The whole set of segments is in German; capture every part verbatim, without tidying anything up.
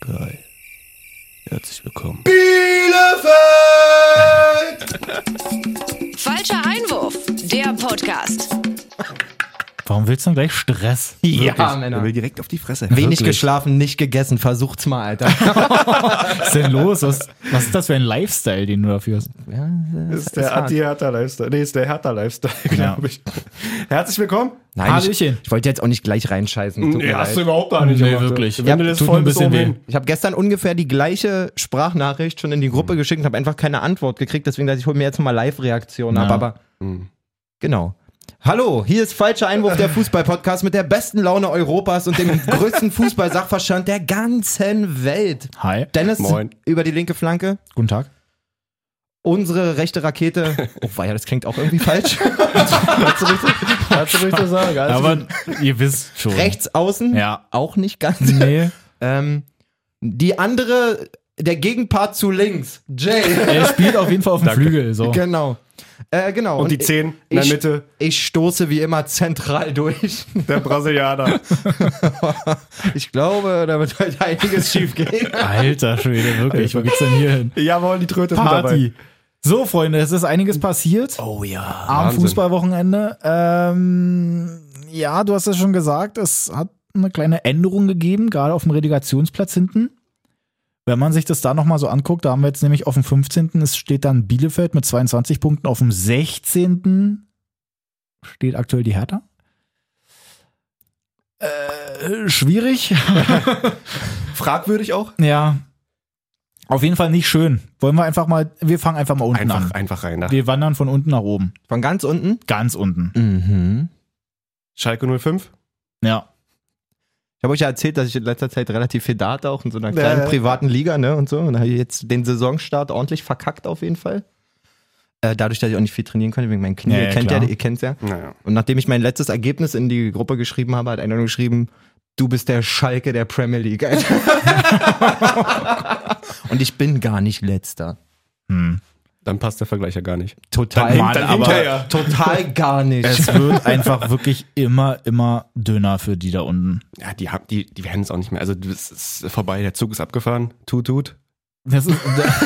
Geil. Herzlich willkommen. Bielefeld! Falscher Einwurf, der Podcast. Warum willst du denn gleich Stress? Ja, Wirklich? Männer. Er will direkt auf die Fresse. Wenig Wirklich? geschlafen, nicht gegessen. Versucht's mal, Alter. Was ist denn los? Was, was ist das für ein Lifestyle, den du dafür hast? Ja, Das ist der Anti-Hertha-Lifestyle. Nee, ist der Hertha-Lifestyle, glaube ich. Herzlich willkommen. Nein, ich, Hallöchen. ich wollte jetzt auch nicht gleich reinscheißen. Tut mir Nee, hast du leid. überhaupt gar nicht Nee, gemacht. wirklich. Wenn Ja, du das tut voll mir ein bis bisschen oben weh. hin. Ich habe gestern ungefähr die gleiche Sprachnachricht schon in die Gruppe geschickt und habe einfach keine Antwort gekriegt. Deswegen dachte ich, ich hole mir jetzt mal Live-Reaktion ab. Ja. Aber genau. Hallo, hier ist Falscher Einwurf, der Fußball-Podcast mit der besten Laune Europas und dem größten Fußball-Sachverstand der ganzen Welt. Hi. Dennis Moin. über die linke Flanke. Guten Tag. Unsere rechte Rakete. Oh, weia, das klingt auch irgendwie falsch. Kannst du richtig, kannst du richtig sagen. Also Aber ihr wisst schon. rechts außen. Ja. Auch nicht ganz. Nee. Ähm, die andere, der Gegenpart zu links. Jay. Er spielt auf jeden Fall auf dem Flügel. So. Genau. Äh, genau. Und die zehn in der ich, Mitte, Ich stoße wie immer zentral durch. der Brasilianer. Ich glaube, da wird heute einiges schief gehen. Alter Schwede, wirklich. Wo geht's denn hier hin? Jawohl, die Tröte ist mit dabei. Party. So, Freunde, es ist einiges passiert Oh ja. am Wahnsinn. Fußballwochenende. Ähm, ja, du hast es schon gesagt, es hat eine kleine Änderung gegeben, gerade auf dem Relegationsplatz hinten. Wenn man sich das da nochmal so anguckt, da haben wir jetzt nämlich auf dem fünfzehnten Es steht dann Bielefeld mit zweiundzwanzig Punkten. Auf dem sechzehnten steht aktuell die Hertha. Äh, schwierig. Fragwürdig auch. Ja. Auf jeden Fall nicht schön. Wollen wir einfach mal, wir fangen einfach mal unten Einfach, an. einfach rein. Da. Wir wandern von unten nach oben. Von ganz unten. Ganz unten. Mhm. Schalke null fünf. Ja. Ich habe euch ja erzählt, dass ich in letzter Zeit relativ viel Dart auch in so einer kleinen Ja, ja. privaten Liga, ne, und so. Und da habe ich jetzt den Saisonstart ordentlich verkackt auf jeden Fall. Äh, dadurch, dass ich auch nicht viel trainieren konnte, wegen meinen Knie. Ja, ihr ja, kennt klar. ja, ihr kennt's ja. Naja. Und nachdem ich mein letztes Ergebnis in die Gruppe geschrieben habe, hat einer nur geschrieben, du bist der Schalke der Premier League. Alter. Und ich bin gar nicht letzter. Hm. Dann passt der Vergleich ja gar nicht. Total, Mann, dann aber hinterher. total gar nicht. es wird einfach wirklich immer, immer dünner für die da unten. Ja, die, haben, die, die werden es auch nicht mehr. Also, das ist vorbei. Der Zug ist abgefahren. Tut, tut. Das ist,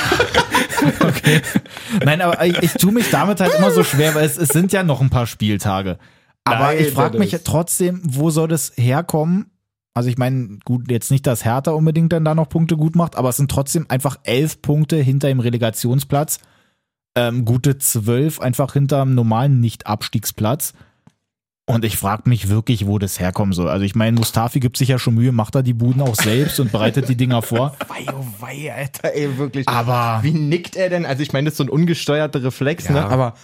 okay. Nein, aber ich, ich tue mich damit halt immer so schwer, weil es, es sind ja noch ein paar Spieltage. Aber Nein, ich frage mich Dennis. trotzdem, wo soll das herkommen? Also ich meine, gut, jetzt nicht, dass Hertha unbedingt dann da noch Punkte gut macht, aber es sind trotzdem einfach elf Punkte hinter dem Relegationsplatz. Ähm, gute zwölf einfach hinter dem normalen Nicht-Abstiegsplatz. Und ich frage mich wirklich, wo das herkommen soll. Also ich meine, Mustafi gibt sich ja schon Mühe, macht da die Buden auch selbst und bereitet die Dinger vor. Wei, oh wei, Alter, ey, wirklich. Aber Wie nickt er denn? Also ich meine, das ist so ein ungesteuerter Reflex, Ja. ne? Aber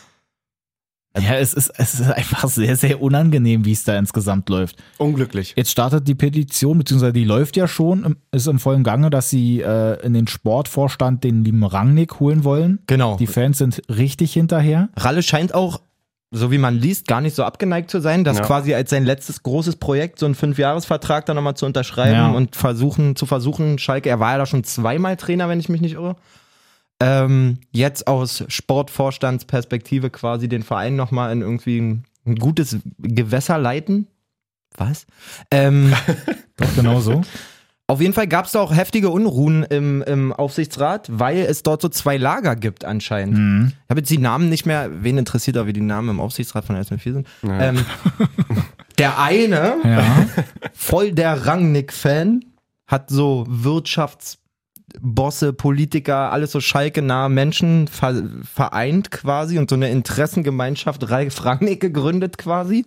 ja, es ist, es ist einfach sehr, sehr unangenehm, wie es da insgesamt läuft. Unglücklich. Jetzt startet die Petition, beziehungsweise die läuft ja schon, ist im vollen Gange, dass sie äh, in den Sportvorstand den lieben Rangnick holen wollen. genau. Die Fans sind richtig hinterher. Ralle scheint auch, so wie man liest, gar nicht so abgeneigt zu sein, das Ja. quasi als sein letztes großes Projekt, so einen Fünfjahresvertrag dann nochmal zu unterschreiben Ja. und versuchen, zu versuchen, Schalke, er war ja da schon zweimal Trainer, wenn ich mich nicht irre, ähm, jetzt aus Sportvorstandsperspektive quasi den Verein nochmal in irgendwie ein, ein gutes Gewässer leiten. Was? Ähm, Doch, genau so. Auf jeden Fall gab es da auch heftige Unruhen im, im Aufsichtsrat, weil es dort so zwei Lager gibt anscheinend. Mhm. Ich habe jetzt die Namen nicht mehr, wen interessiert auch, wie die Namen im Aufsichtsrat von eins null vier sind. Ja. Ähm, der eine, Ja. voll der Rangnick-Fan, hat so Wirtschaftsbosse, Politiker, alles so schalke-nahe Menschen ver vereint quasi und so eine Interessengemeinschaft Ralf Rangnick gegründet quasi.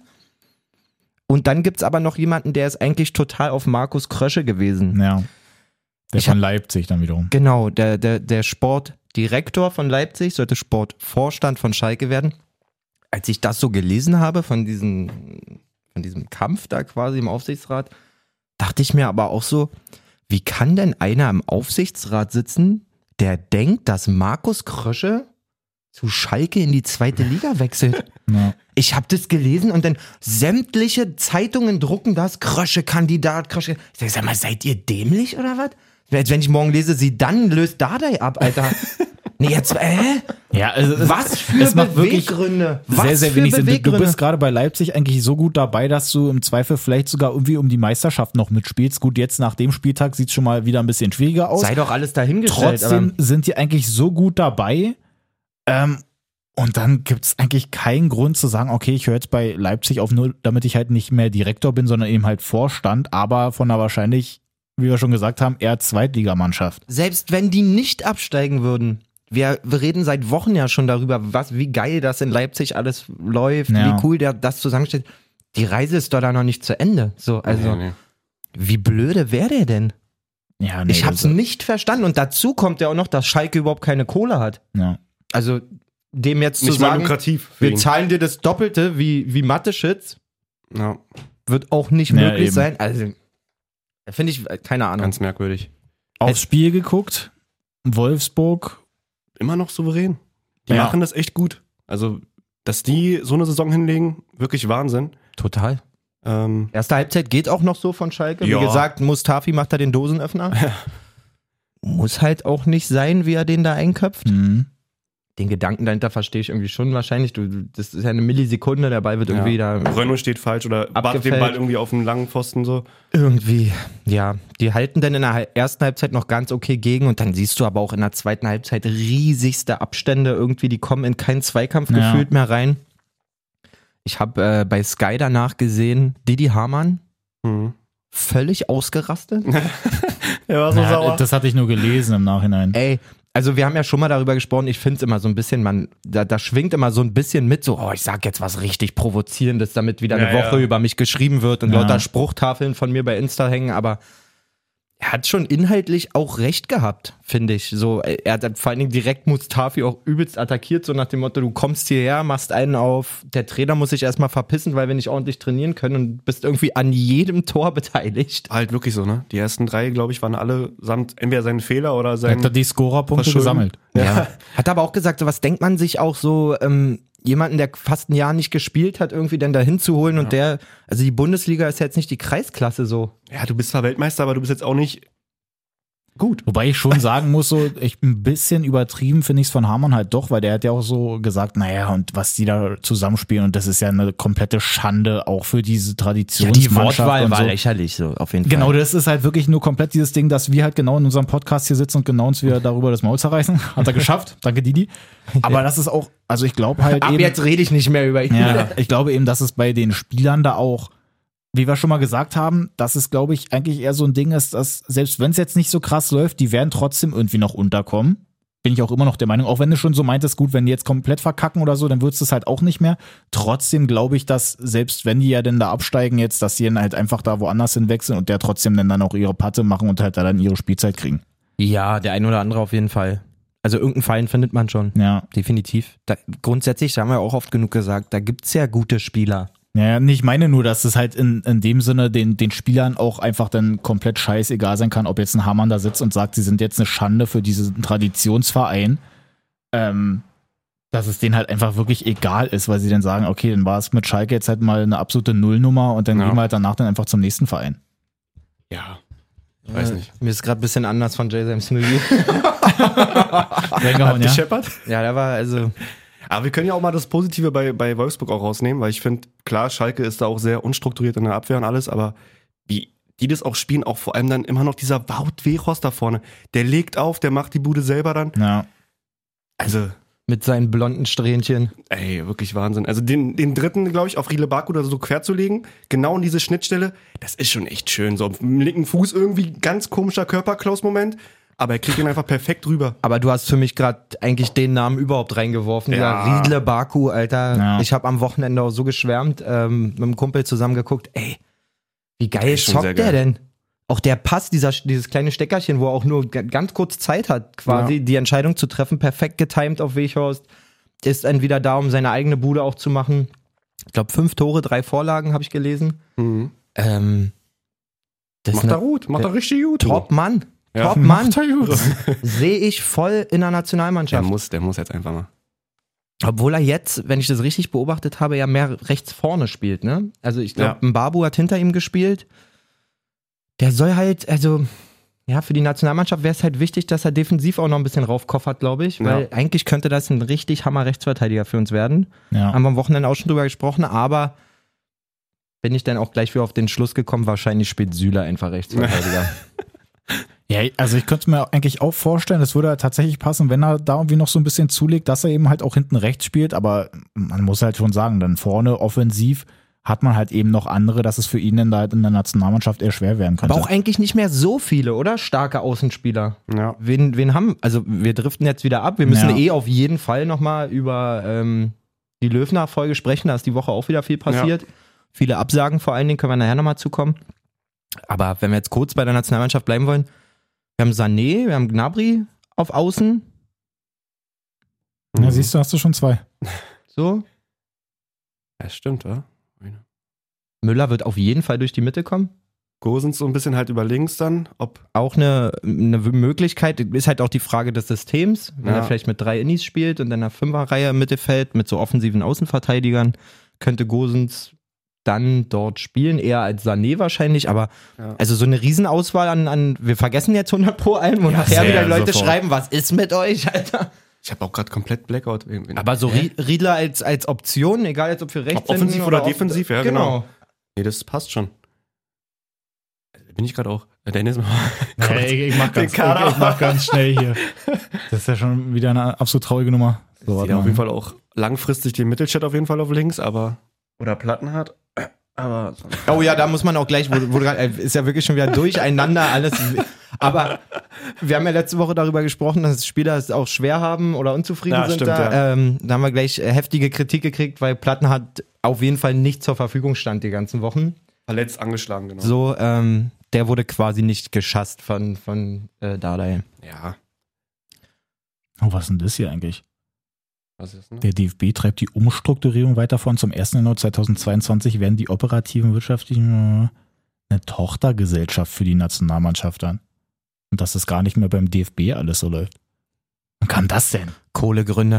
Und dann gibt's aber noch jemanden, der ist eigentlich total auf Markus Krösche gewesen. Ja. Der Ich von hab- Leipzig dann wiederum. Genau, der, der, der Sportdirektor von Leipzig sollte Sportvorstand von Schalke werden. Als ich das so gelesen habe von diesem, von diesem Kampf da quasi im Aufsichtsrat, dachte ich mir aber auch so, wie kann denn einer im Aufsichtsrat sitzen, der denkt, dass Markus Krösche zu Schalke in die zweite Liga wechselt? Ja. Ich habe das gelesen und dann sämtliche Zeitungen drucken das, Krösche-Kandidat, Krösche. Ich sag, sag mal, seid ihr dämlich oder was? Als wenn ich morgen lese, sie dann löst Dardai ab, Alter. Nee, jetzt, äh? Ja, also es, Was für es macht wirklich Beweggründe? Was sehr, sehr für wenig Sinn. Du- Du Beweggründe? bist gerade bei Leipzig eigentlich so gut dabei, dass du im Zweifel vielleicht sogar irgendwie um die Meisterschaft noch mitspielst. Gut, jetzt nach dem Spieltag sieht es schon mal wieder ein bisschen schwieriger aus. Sei doch alles dahingestellt. Trotzdem aber sind die eigentlich so gut dabei. Ähm, und dann gibt es eigentlich keinen Grund zu sagen, okay, ich höre jetzt bei Leipzig auf, nur damit ich halt nicht mehr Direktor bin, sondern eben halt Vorstand, aber von einer wahrscheinlich, wie wir schon gesagt haben, eher Zweitligamannschaft. selbst wenn die nicht absteigen würden, wir, wir reden seit Wochen ja schon darüber, was, wie geil das in Leipzig alles läuft, Ja. wie cool der, das zusammensteht. Die Reise ist doch da noch nicht zu Ende. So, also, Nee, nee. wie blöde wäre der denn? Ja, nee, ich hab's das- nicht verstanden. Und dazu kommt ja auch noch, dass Schalke überhaupt keine Kohle hat. Ja. Also, dem jetzt zu Nicht mal sagen, lukrativ. für wir ihn. zahlen dir das Doppelte wie, wie Mateschitz, Ja, wird auch nicht Ja, möglich eben. sein. Also, finde ich, äh, keine Ahnung. ganz merkwürdig. Aufs Spiel geguckt, Wolfsburg. Immer noch souverän. Die Ja. machen das echt gut. Also, dass die so eine Saison hinlegen, wirklich Wahnsinn. Total. Ähm, Erste Halbzeit geht auch noch so von Schalke. Ja. Wie gesagt, Mustafi macht da den Dosenöffner. Muss halt auch nicht sein, wie er den da einköpft. Mhm. Den Gedanken dahinter verstehe ich irgendwie schon wahrscheinlich. Du, du- das ist ja eine Millisekunde, der Ball wird irgendwie ja. da Renault steht falsch oder bat Abgefällt. den Ball irgendwie auf einen langen Pfosten so. irgendwie, ja. Die halten dann in der Hal- ersten Halbzeit noch ganz okay gegen und dann siehst du aber auch in der zweiten Halbzeit riesigste Abstände irgendwie, die kommen in keinen Zweikampf Ja. gefühlt mehr rein. Ich habe äh, bei Sky danach gesehen, Didi Hamann Mhm. völlig ausgerastet. Er war so Ja, sauer. das hatte ich nur gelesen im Nachhinein. Ey, also wir haben ja schon mal darüber gesprochen, ich finde es immer so ein bisschen, man, da, da schwingt immer so ein bisschen mit, so, oh, ich sag jetzt was richtig Provozierendes, damit wieder eine Ja, Woche ja. über mich geschrieben wird und Ja. lauter Spruchtafeln von mir bei Insta hängen, aber er hat schon inhaltlich auch recht gehabt, finde ich. So, er hat dann vor allen Dingen direkt Mustafi auch übelst attackiert, so nach dem Motto, du kommst hierher, machst einen auf, der Trainer muss sich erstmal verpissen, weil wir nicht ordentlich trainieren können und bist irgendwie an jedem Tor beteiligt. Halt wirklich so, ne? Die ersten drei, glaube ich, waren alle samt entweder sein Fehler oder sein. Hat er die Scorerpunkte Verschulden. gesammelt. Ja. Hat aber auch gesagt, so was denkt man sich auch so, ähm, jemanden, der fast ein Jahr nicht gespielt hat, irgendwie dann dahin zu holen und der, also die Bundesliga ist jetzt nicht die Kreisklasse so. Ja, du bist zwar Weltmeister, aber du bist jetzt auch nicht gut. Wobei ich schon sagen muss, so ich ein bisschen übertrieben finde ich es von Hamann halt doch, weil der hat ja auch so gesagt, naja, und was die da zusammenspielen und das ist ja eine komplette Schande auch für diese Traditionsmannschaft und so. lächerlich, so auf jeden Genau, das ist halt wirklich nur komplett dieses Ding, dass wir halt genau in unserem Podcast hier sitzen und genau uns wieder darüber das Maul zerreißen. Hat er geschafft. Danke, Didi. Aber das ist auch, also ich glaube halt Ab eben, jetzt rede ich nicht mehr über ihn. ja, ich glaube eben, dass es bei den Spielern da auch, wie wir schon mal gesagt haben, dass es, glaube ich, eigentlich eher so ein Ding ist, dass selbst wenn es jetzt nicht so krass läuft, die werden trotzdem irgendwie noch unterkommen. Bin ich auch immer noch der Meinung, auch wenn du schon so meintest, gut, wenn die jetzt komplett verkacken oder so, dann würdest du es halt auch nicht mehr. Trotzdem glaube ich, dass selbst wenn die ja dann da absteigen jetzt, dass die dann halt einfach da woanders hinwechseln und der trotzdem dann, dann auch ihre Patte machen und halt da dann ihre Spielzeit kriegen. Ja, der ein oder andere auf jeden Fall. Also irgendeinen Verein findet man schon. Ja. Definitiv. Da, grundsätzlich, da haben wir auch oft genug gesagt, da gibt's ja gute Spieler. Ja, ich meine nur, dass es halt in, in dem Sinne den, den Spielern auch einfach dann komplett scheißegal sein kann, ob jetzt ein Hamann da sitzt und sagt, sie sind jetzt eine Schande für diesen Traditionsverein, ähm, dass es denen halt einfach wirklich egal ist, weil sie dann sagen, okay, dann war es mit Schalke jetzt halt mal eine absolute Nullnummer und dann Ja. gehen wir halt danach dann einfach zum nächsten Verein. Ja. Weiß nicht. Mir ist gerade ein bisschen anders von Jay Smith. Reingehauen, ja? Gescheppert? Ja, der war also. Aber wir können ja auch mal das Positive bei, bei Wolfsburg auch rausnehmen, weil ich finde, klar, Schalke ist da auch sehr unstrukturiert in der Abwehr und alles, aber wie die das auch spielen, auch vor allem dann immer noch dieser Wout Weghorst da vorne, der legt auf, der macht die Bude selber dann. Ja. Also, Mit seinen blonden Strähnchen. ey, wirklich Wahnsinn. Also den, den dritten, glaube ich, auf Riedle Baku oder so quer zu legen, genau in diese Schnittstelle, das ist schon echt schön. So auf dem linken Fuß irgendwie ganz komischer Körperklaus-Moment, aber er kriegt ihn einfach perfekt rüber. Aber du hast für mich gerade eigentlich den Namen überhaupt reingeworfen. Ja. Dieser Riedle Baku, Alter. Ja. Ich habe am Wochenende auch so geschwärmt, ähm, mit einem Kumpel zusammen geguckt. Ey, wie geil ist schon sehr zockt der geil. denn? Auch der Pass, dieser, dieses kleine Steckerchen, wo er auch nur g- ganz kurz Zeit hat, quasi Ja. die Entscheidung zu treffen, perfekt getimed auf Weghorst. Ist dann wieder da, um seine eigene Bude auch zu machen. Ich glaube, fünf Tore, drei Vorlagen habe ich gelesen. Mhm. Ähm, das Macht ist er eine gut, macht er richtig gut. Top-Mann. Ja. Top-Mann. Macht er gut. Sehe ich voll in der Der Nationalmannschaft. muss, der muss jetzt einfach mal. Obwohl er jetzt, wenn ich das richtig beobachtet habe, ja mehr rechts vorne spielt, ne? Also ich glaube, Ja. Mbabu hat hinter ihm gespielt. Der soll halt, also ja, für die Nationalmannschaft wäre es halt wichtig, dass er defensiv auch noch ein bisschen raufkoffert, glaube ich, weil Ja. eigentlich könnte das ein richtig Hammer-Rechtsverteidiger für uns werden. Ja. Haben wir am Wochenende auch schon drüber gesprochen, aber bin ich dann auch gleich wieder auf den Schluss gekommen, wahrscheinlich spielt Süle einfach Rechtsverteidiger. Ja, also ich könnte mir eigentlich auch vorstellen, es würde halt tatsächlich passen, wenn er da irgendwie noch so ein bisschen zulegt, dass er eben halt auch hinten rechts spielt, aber man muss halt schon sagen, dann vorne offensiv hat man halt eben noch andere, dass es für ihn dann da halt in der Nationalmannschaft eher schwer werden könnte. Aber auch eigentlich nicht mehr so viele, oder? Starke Außenspieler. Ja. Wen, wen haben, also wir driften jetzt wieder ab, wir müssen Ja. eh auf jeden Fall nochmal über ähm, die Löw-Nachfolge sprechen, da ist die Woche auch wieder viel passiert. Viele Absagen vor allen Dingen, können wir nachher nochmal zukommen. Aber wenn wir jetzt kurz bei der Nationalmannschaft bleiben wollen, wir haben Sané, wir haben Gnabry auf Außen, Ja, siehst du, hast du schon zwei. so. Ja, stimmt, ja. Müller wird auf jeden Fall durch die Mitte kommen. Gosens so ein bisschen halt über links dann, ob Auch eine, eine Möglichkeit, ist halt auch die Frage des Systems, wenn Ja. er vielleicht mit drei Innis spielt und dann einer Fünferreihe im Mittelfeld mit so offensiven Außenverteidigern, könnte Gosens dann dort spielen, eher als Sané wahrscheinlich, aber Ja. also so eine Riesenauswahl an, an wir vergessen jetzt hundert pro einen, wo Ja, nachher sehr wieder Leute sofort. schreiben, was ist mit euch, Alter? ich habe auch gerade komplett Blackout. Aber so Hä? Rie- Riedler als, als Option, egal jetzt ob für rechts Ob offensiv hinten oder auf- defensiv, ja, genau. Nee, das passt schon. Bin ich gerade auch. Der Dennis Nee, ich, ich, mach Den ganz, ich, Kader. ich mach ganz schnell hier. Das ist ja schon wieder eine absolut traurige Nummer. So, sieht warte ja auf mal. jeden Fall auch langfristig den Mittelchat auf jeden Fall auf links, aber oder Platten hat. Aber Oh ja, da muss man auch gleich, wo, wo du grad, äh, ist ja wirklich schon wieder durcheinander alles. Aber wir haben ja letzte Woche darüber gesprochen, dass Spieler es auch schwer haben oder unzufrieden Ja, sind. stimmt, da. ja. Ähm, da haben wir gleich äh, heftige Kritik gekriegt, weil Platten hat auf jeden Fall nicht zur Verfügung stand die ganzen Wochen. verletzt angeschlagen, genau. So, ähm, der wurde quasi nicht geschasst von, von äh, Dardai. Ja. Oh, was ist denn das hier eigentlich? Was ist denn? Der D F B treibt die Umstrukturierung weiter voran. Zum ersten Januar zweitausendzweiundzwanzig werden die operativen wirtschaftlichen eine Tochtergesellschaft für die Nationalmannschaft an. Und dass es gar nicht mehr beim D F B alles so läuft. Wann kam das denn? Kohlegründe.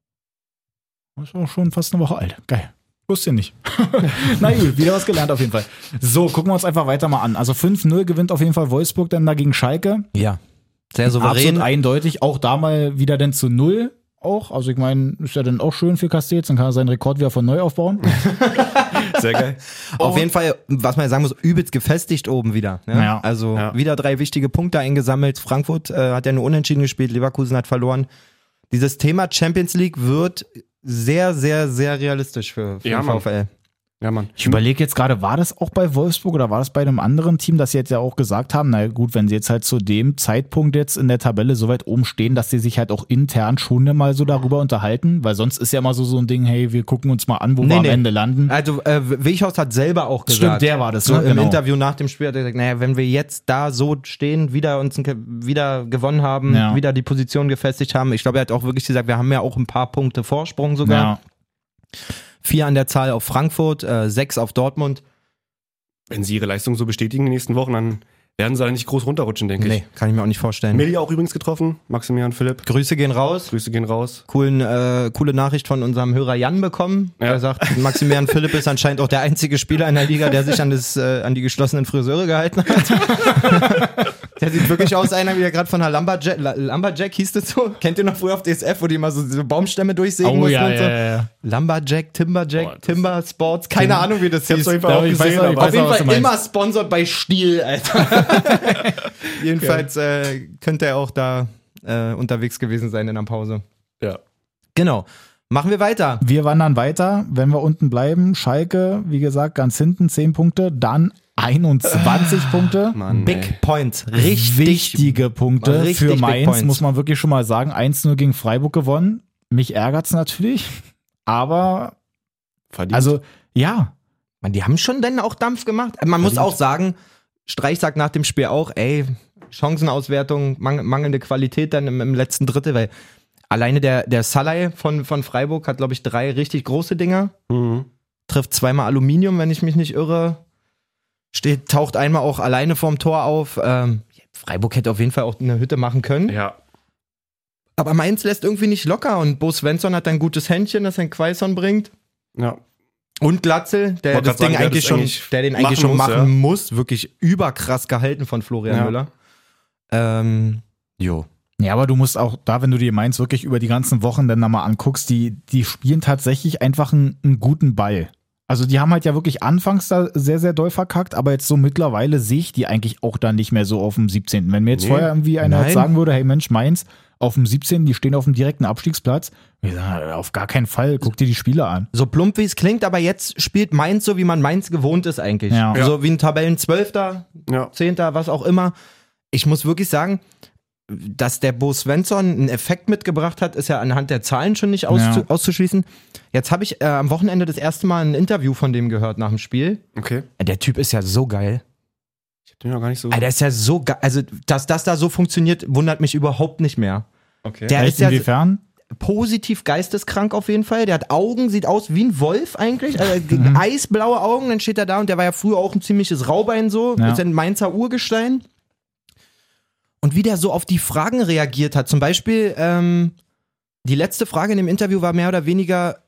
Das ist auch schon fast eine Woche alt. Geil. Wusste ich nicht. Na gut, wieder was gelernt auf jeden Fall. So, gucken wir uns einfach weiter mal an. Also fünf null gewinnt auf jeden Fall Wolfsburg dann dagegen Schalke. Ja. Sehr Absolut souverän. eindeutig. Auch da mal wieder dann zu null. Auch. Also ich meine, ist ja dann auch schön für Castells. Dann kann er seinen Rekord wieder von neu aufbauen. Sehr geil. Auf jeden Fall, was man ja sagen muss, übelst gefestigt oben wieder. Ne? Ja. Also Ja. wieder drei wichtige Punkte eingesammelt. Frankfurt äh, hat ja nur unentschieden gespielt, Leverkusen hat verloren. Dieses Thema Champions League wird sehr, sehr, sehr realistisch für, für Ja, den Mann. VfL. Ja, Mann. Ich überlege jetzt gerade, war das auch bei Wolfsburg oder war das bei einem anderen Team, dass sie jetzt ja auch gesagt haben, na gut, wenn sie jetzt halt zu dem Zeitpunkt jetzt in der Tabelle so weit oben stehen, dass sie sich halt auch intern schon mal so darüber unterhalten, weil sonst ist ja mal so so ein Ding, hey, wir gucken uns mal an, wo Nee, wir am nee. Ende landen. Also äh, Wichhaus hat selber auch gesagt. Stimmt, der war das, So, ne? Im Genau. Interview nach dem Spiel hat er gesagt, naja, wenn wir jetzt da so stehen, wieder uns ein, wieder gewonnen haben, Ja. wieder die Position gefestigt haben. Ich glaube, er hat auch wirklich gesagt, wir haben ja auch ein paar Punkte Vorsprung sogar. Ja. Vier an der Zahl auf Frankfurt, äh, sechs auf Dortmund. Wenn sie ihre Leistung so bestätigen in den nächsten Wochen, dann werden sie da nicht groß runterrutschen, denke Nee, kann ich mir auch nicht vorstellen. ich. Milli auch übrigens getroffen, Maximilian Philipp. Grüße gehen raus. Grüße gehen raus. Coolen, äh, coole Nachricht von unserem Hörer Jan bekommen. Ja. Er sagt, Maximilian Philipp ist anscheinend auch der einzige Spieler in der Liga, der sich an, das, äh, an die geschlossenen Friseure gehalten hat. Der sieht wirklich aus, einer wie der gerade von der Lumberjack, La- Lumberjack hieß das so. Kennt ihr noch früher auf D S F, wo die immer so, so Baumstämme durchsägen Oh mussten ja, und so? ja, ja. Lumberjack, Timberjack, Boah, das- Timber Sports, keine Ahnung, wie das Ich hab's hieß. auf jeden Fall Ja, auch ich weiß gesehen, auch, ich aber weiß Auf jeden auch, was Fall du immer meinst. sponsored bei Stiel, Alter. Jedenfalls äh, könnte er auch da äh, unterwegs gewesen sein in der Pause. ja. Genau. Machen wir weiter. Wir wandern weiter, wenn wir unten bleiben. Schalke, wie gesagt, ganz hinten zehn Punkte, dann einundzwanzig Punkte. Mann, Big ey. Points. Richtig. Wichtige Punkte Richtig für Big Mainz, Points. muss man wirklich schon mal sagen. eins null gegen Freiburg gewonnen. Mich ärgert's natürlich, aber Verdient. also ja, Man, die haben schon dann auch Dampf gemacht. Man muss auch sagen, Streich sagt nach dem Spiel auch, ey, Chancenauswertung, mang mangelnde Qualität dann im, im letzten Drittel, weil alleine der, der Salai von, von Freiburg hat, glaube ich, drei richtig große Dinger. Mhm. Trifft zweimal Aluminium, wenn ich mich nicht irre. Steht, taucht einmal auch alleine vorm Tor auf. Ähm, Freiburg hätte auf jeden Fall auch eine Hütte machen können. Ja. Aber Mainz lässt irgendwie nicht locker und Bo Svensson hat ein gutes Händchen, das ein Quaison bringt. Ja. Und Glatzel, der Wollte das grad Ding sagen, der eigentlich das schon, eigentlich der den eigentlich machen schon muss, machen ja. muss. Wirklich überkrass gehalten von Florian Ja. Müller. Ähm, jo. Ja, aber du musst auch da, wenn du dir Mainz wirklich über die ganzen Wochen dann mal anguckst, die, die spielen tatsächlich einfach einen, einen guten Ball. Also die haben halt ja wirklich anfangs da sehr, sehr doll verkackt, aber jetzt so mittlerweile sehe ich die eigentlich auch da nicht mehr so auf dem siebzehnten Wenn mir jetzt Nee. vorher irgendwie einer Nein. jetzt sagen würde, hey Mensch, Mainz auf dem siebzehnten die stehen auf dem direkten Abstiegsplatz, ich sage, auf gar keinen Fall, guck dir die Spiele an. So plump wie es klingt, aber jetzt spielt Mainz so, wie man Mainz gewohnt ist eigentlich. Ja. So wie ein Tabellenzwölfter, Ja. Zehnter, was auch immer. Ich muss wirklich sagen, dass der Bo Svensson einen Effekt mitgebracht hat, ist ja anhand der Zahlen schon nicht auszu- Ja. auszuschließen. Jetzt habe ich äh, am Wochenende das erste Mal ein Interview von dem gehört nach dem Spiel. Okay. Der Typ ist ja so geil. Ich hab den noch gar nicht so. Alter, der ist ja so geil. Also, dass das da so funktioniert, wundert mich überhaupt nicht mehr. Okay. Der Echt, ist ja inwiefern? positiv geisteskrank auf jeden Fall. Der hat Augen, sieht aus wie ein Wolf eigentlich. Also, Mhm. eisblaue Augen, dann steht er da und der war ja früher auch ein ziemliches Raubein so. Ja. Ist ein Mainzer Urgestein. Und wie der so auf die Fragen reagiert hat. Zum Beispiel, ähm, die letzte Frage in dem Interview war mehr oder weniger,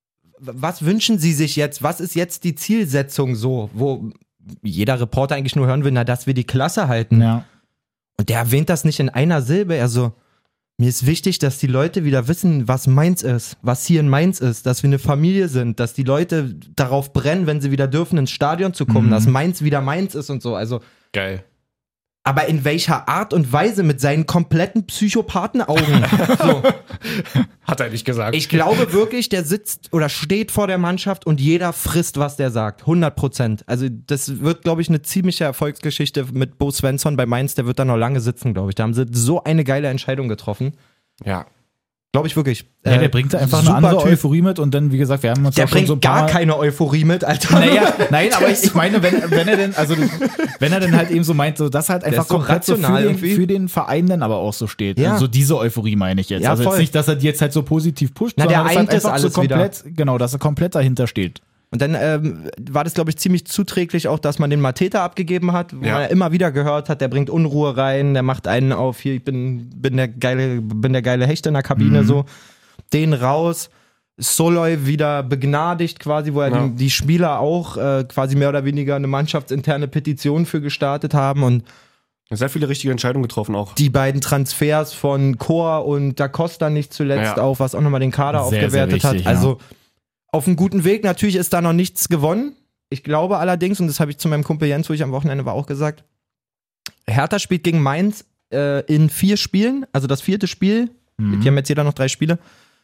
was wünschen Sie sich jetzt? Was ist jetzt die Zielsetzung so? Wo jeder Reporter eigentlich nur hören will, na, dass wir die Klasse halten. Ja. Und der erwähnt das nicht in einer Silbe. Er so, mir ist wichtig, dass die Leute wieder wissen, was Mainz ist, was hier in Mainz ist, dass wir eine Familie sind, dass die Leute darauf brennen, wenn sie wieder dürfen, ins Stadion zu kommen, Mhm. dass Mainz wieder Mainz ist und so. Also, Geil. aber in welcher Art und Weise mit seinen kompletten Psychopathenaugen? So. Hat er nicht gesagt. Ich glaube wirklich, der sitzt oder steht vor der Mannschaft und jeder frisst, was der sagt. hundert Prozent. Also das wird, glaube ich, eine ziemliche Erfolgsgeschichte mit Bo Svensson bei Mainz. Der wird da noch lange sitzen, glaube ich. Da haben sie so eine geile Entscheidung getroffen. Ja. Glaube ich wirklich. Ja, der Äh, bringt da einfach eine super andere Typ. Euphorie mit und dann, wie gesagt, wir haben uns Der ja schon bringt so ein paar gar Mal keine Euphorie mit, Alter. Naja, nein, aber ich, ich meine, wenn, wenn er denn, also wenn er denn halt eben so meint, so das halt einfach ist so komplett so für, rational den, irgendwie. für den Verein dann aber auch so steht. Ja. Also diese Euphorie meine ich jetzt. Ja, also voll. jetzt nicht, dass er die jetzt halt so positiv pusht, Na, der sondern dass eint halt das einfach so alles wieder. komplett, genau, dass er komplett dahinter steht. Und dann ähm, war das, glaube ich, ziemlich zuträglich auch, dass man den Mateta abgegeben hat, wo Ja. man ja immer wieder gehört hat, der bringt Unruhe rein, der macht einen auf, hier, ich bin, bin der geile, bin der geile Hecht in der Kabine, Mhm. so. Den raus. Soloy wieder begnadigt quasi, wo er Ja. die, die Spieler auch äh, quasi mehr oder weniger eine mannschaftsinterne Petition für gestartet haben und Sehr viele richtige Entscheidungen getroffen auch. die beiden Transfers von Chor und Da Costa nicht zuletzt Ja. auch, was auch nochmal den Kader Sehr, sehr aufgewertet wichtig, hat. Also auf einem guten Weg. Natürlich ist da noch nichts gewonnen. Ich glaube allerdings, und das habe ich zu meinem Kumpel Jens, wo ich am Wochenende war, auch gesagt, Hertha spielt gegen Mainz äh, in vier Spielen, also das vierte Spiel. Mhm. Die haben jetzt jeder noch drei Spiele.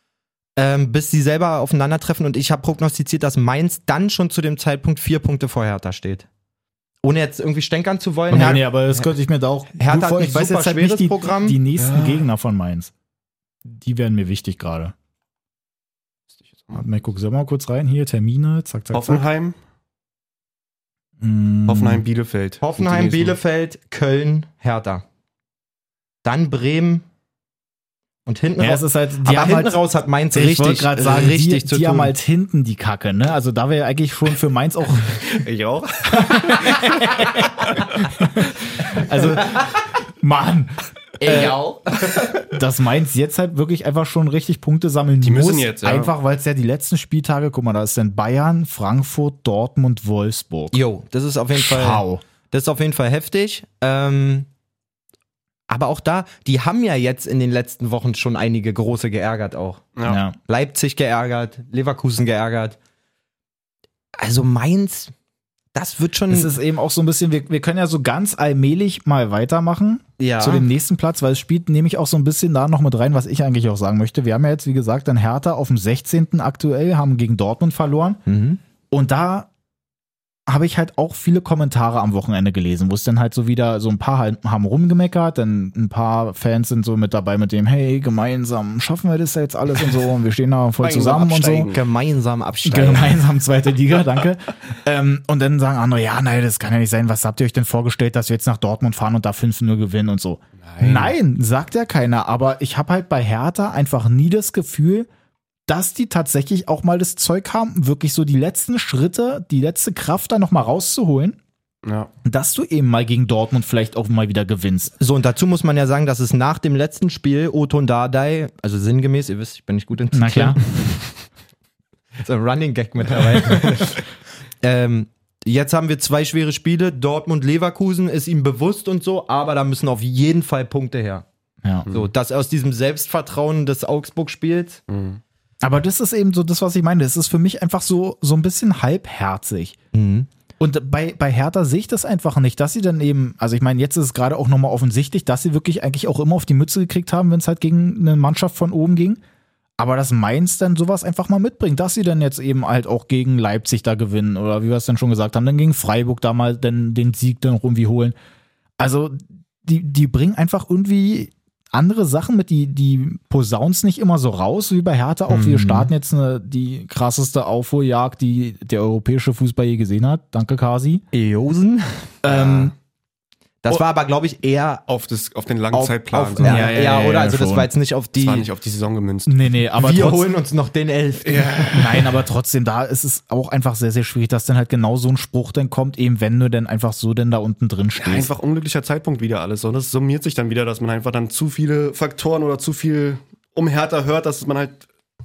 Ähm, bis sie selber aufeinandertreffen und ich habe prognostiziert, dass Mainz dann schon zu dem Zeitpunkt vier Punkte vor Hertha steht. Ohne jetzt irgendwie stänkern zu wollen. Nee, Her- nee, aber das könnte ich mir da auch Hertha gut hat vor- ein ich weiß super jetzt halt schweres nicht die, Programm. die nächsten Ja. Gegner von Mainz. Die werden mir wichtig gerade. Warte mal, Ich gucke selber mal kurz rein. Hier, Termine, zack, zack, zack. Hoffenheim, Mm. Hoffenheim, Bielefeld. Hoffenheim, Und die nächsten. Bielefeld, Köln, Hertha. Dann Bremen und hinten Ja, raus. es ist halt, die Aber haben hinten halt, raus hat Mainz ich richtig, wollte gerade sagen, richtig die, zu die tun. haben halt hinten die Kacke, ne? Also da wäre eigentlich schon für Mainz auch, Ich auch. also, Mann, Egal. dass Mainz jetzt halt wirklich einfach schon richtig Punkte sammeln Die müssen muss. jetzt, ja. Einfach, weil es ja die letzten Spieltage, guck mal, da ist dann Bayern, Frankfurt, Dortmund, Wolfsburg. Jo, das ist auf jeden Fall, Schau. das ist auf jeden Fall heftig. Ähm, aber auch da, die haben ja jetzt in den letzten Wochen schon einige große geärgert auch. Ja. Ja. Leipzig geärgert, Leverkusen geärgert. Also Mainz, das wird schon. Es ist eben auch so ein bisschen, wir, wir können ja so ganz allmählich mal weitermachen ja. zu dem nächsten Platz, weil es spielt nämlich auch so ein bisschen da noch mit rein, was ich eigentlich auch sagen möchte. Wir haben ja jetzt, wie gesagt, dann Hertha auf dem sechzehnten aktuell, haben gegen Dortmund verloren. Mhm. Und da habe ich halt auch viele Kommentare am Wochenende gelesen, wo es dann halt so wieder, so ein paar halt haben rumgemeckert, dann ein paar Fans sind so mit dabei mit dem, hey, gemeinsam schaffen wir das jetzt alles und so und wir stehen da voll Gemeinsam zusammen und so. absteigen. Gemeinsam absteigen. Gemeinsam zweite Liga, danke. ähm, und dann sagen andere, ja, nein, das kann ja nicht sein. Was habt ihr euch denn vorgestellt, dass wir jetzt nach Dortmund fahren und da fünf null gewinnen und so? Nein, nein sagt ja keiner. Aber ich habe halt bei Hertha einfach nie das Gefühl, dass die tatsächlich auch mal das Zeug haben, wirklich so die letzten Schritte, die letzte Kraft da nochmal rauszuholen, Ja. dass du eben mal gegen Dortmund vielleicht auch mal wieder gewinnst. So, und dazu muss man ja sagen, dass es nach dem letzten Spiel Oton Dardai, also sinngemäß, ihr wisst, ich bin nicht gut in Na klar. so ein Running Gag mittlerweile. ähm, jetzt haben wir zwei schwere Spiele, Dortmund-Leverkusen ist ihm bewusst und so, aber da müssen auf jeden Fall Punkte her. Ja. So, dass aus diesem Selbstvertrauen des Augsburg-Spiels. Mhm. Aber das ist eben so das, was ich meine. Das ist für mich einfach so, so ein bisschen halbherzig. Mhm. Und bei, bei Hertha sehe ich das einfach nicht, dass sie dann eben, also ich meine, jetzt ist es gerade auch nochmal offensichtlich, dass sie wirklich eigentlich auch immer auf die Mütze gekriegt haben, wenn es halt gegen eine Mannschaft von oben ging. Aber dass Mainz dann sowas einfach mal mitbringt, dass sie dann jetzt eben halt auch gegen Leipzig da gewinnen oder wie wir es dann schon gesagt haben, dann gegen Freiburg da mal dann den Sieg dann irgendwie holen. Also die, die bringen einfach irgendwie andere Sachen mit, die, die posaunen's nicht immer so raus, wie bei Hertha auch. Mhm. Wir starten jetzt eine, die krasseste Aufholjagd, die der europäische Fußball je gesehen hat. Danke, Kasi. Eosen. Ähm, Das war aber, glaube ich, eher Auf, das, auf den langen auf, Zeitplan. auf, so. ja, Ja, ja, ja, oder? ja, Also das schon. war jetzt nicht auf die. Das war nicht auf die Saison gemünzt. nee, nee, aber wir trotz- holen uns noch den Elften. Nein, aber trotzdem, da ist es auch einfach sehr, sehr schwierig, dass dann halt genau so ein Spruch dann kommt, eben wenn du denn einfach so denn da unten drin Ja, stehst. einfach unglücklicher Zeitpunkt wieder alles. Und das summiert sich dann wieder, dass man einfach dann zu viele Faktoren oder zu viel um Hertha hört, dass man halt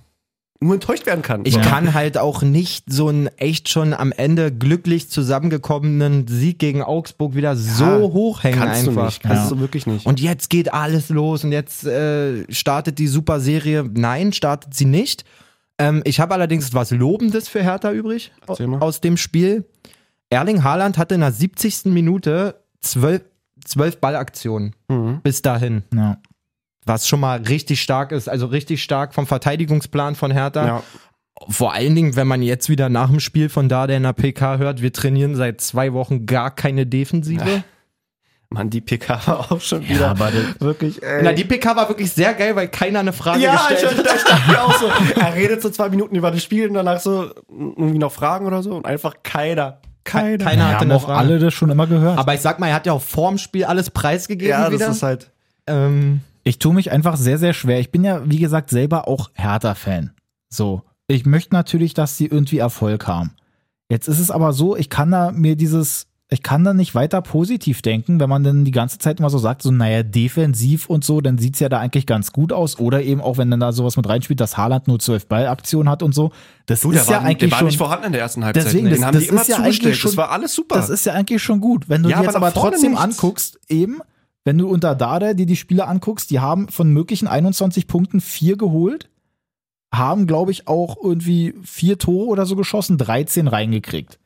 nur enttäuscht werden kann. Ich So. kann halt auch nicht so einen echt schon am Ende glücklich zusammengekommenen Sieg gegen Augsburg wieder so Ja, hochhängen Kannst einfach. du nicht. Kannst Ja. du wirklich nicht. Und jetzt geht alles los und jetzt äh, startet die Super-Serie. Nein, startet sie nicht. Ähm, ich habe allerdings was Lobendes für Hertha übrig Erzähl mal. aus dem Spiel. Erling Haaland hatte in der siebzigsten Minute zwölf, zwölf Ballaktionen Mhm. bis dahin. Ja. Was schon mal richtig stark ist, also richtig stark vom Verteidigungsplan von Hertha. Ja. Vor allen Dingen, wenn man jetzt wieder nach dem Spiel von Dardai in der P K hört, wir trainieren seit zwei Wochen gar keine Defensive. Mann, die P K war auch schon Ja, wieder aber das- wirklich, ey. Na, die P K war wirklich sehr geil, weil keiner eine Frage ja, ich, gestellt hat. ich dachte mir auch so. Er redet so zwei Minuten über das Spiel und danach so irgendwie noch Fragen oder so und einfach keiner. Keiner. Keiner Ja, hatte haben eine auch Frage. alle das schon immer gehört. Aber ich sag mal, er hat ja auch vorm Spiel alles preisgegeben Ja, das wieder. ist halt. ähm, Ich tue mich einfach sehr, sehr schwer. Ich bin ja, wie gesagt, selber auch Hertha-Fan. So. Ich möchte natürlich, dass sie irgendwie Erfolg haben. Jetzt ist es aber so, ich kann da mir dieses, ich kann da nicht weiter positiv denken, wenn man dann die ganze Zeit immer so sagt, so, naja, defensiv und so, dann sieht's ja da eigentlich ganz gut aus. Oder eben auch, wenn dann da sowas mit reinspielt, dass Haaland nur zwölf Ballaktionen hat und so. Das Du, ist der ja war, eigentlich der war schon. nicht vorhanden in der ersten Halbzeit. Deswegen, Den das- haben das die immer ist ja zugestellt. eigentlich schon- Das war alles super. Das ist ja eigentlich schon gut. Wenn du Ja, dir jetzt aber aber nach vorne trotzdem nichts. anguckst, eben, wenn du unter Dardai dir die Spiele anguckst, die haben von möglichen einundzwanzig Punkten vier geholt, haben, glaube ich, auch irgendwie vier Tore oder so geschossen, dreizehn reingekriegt.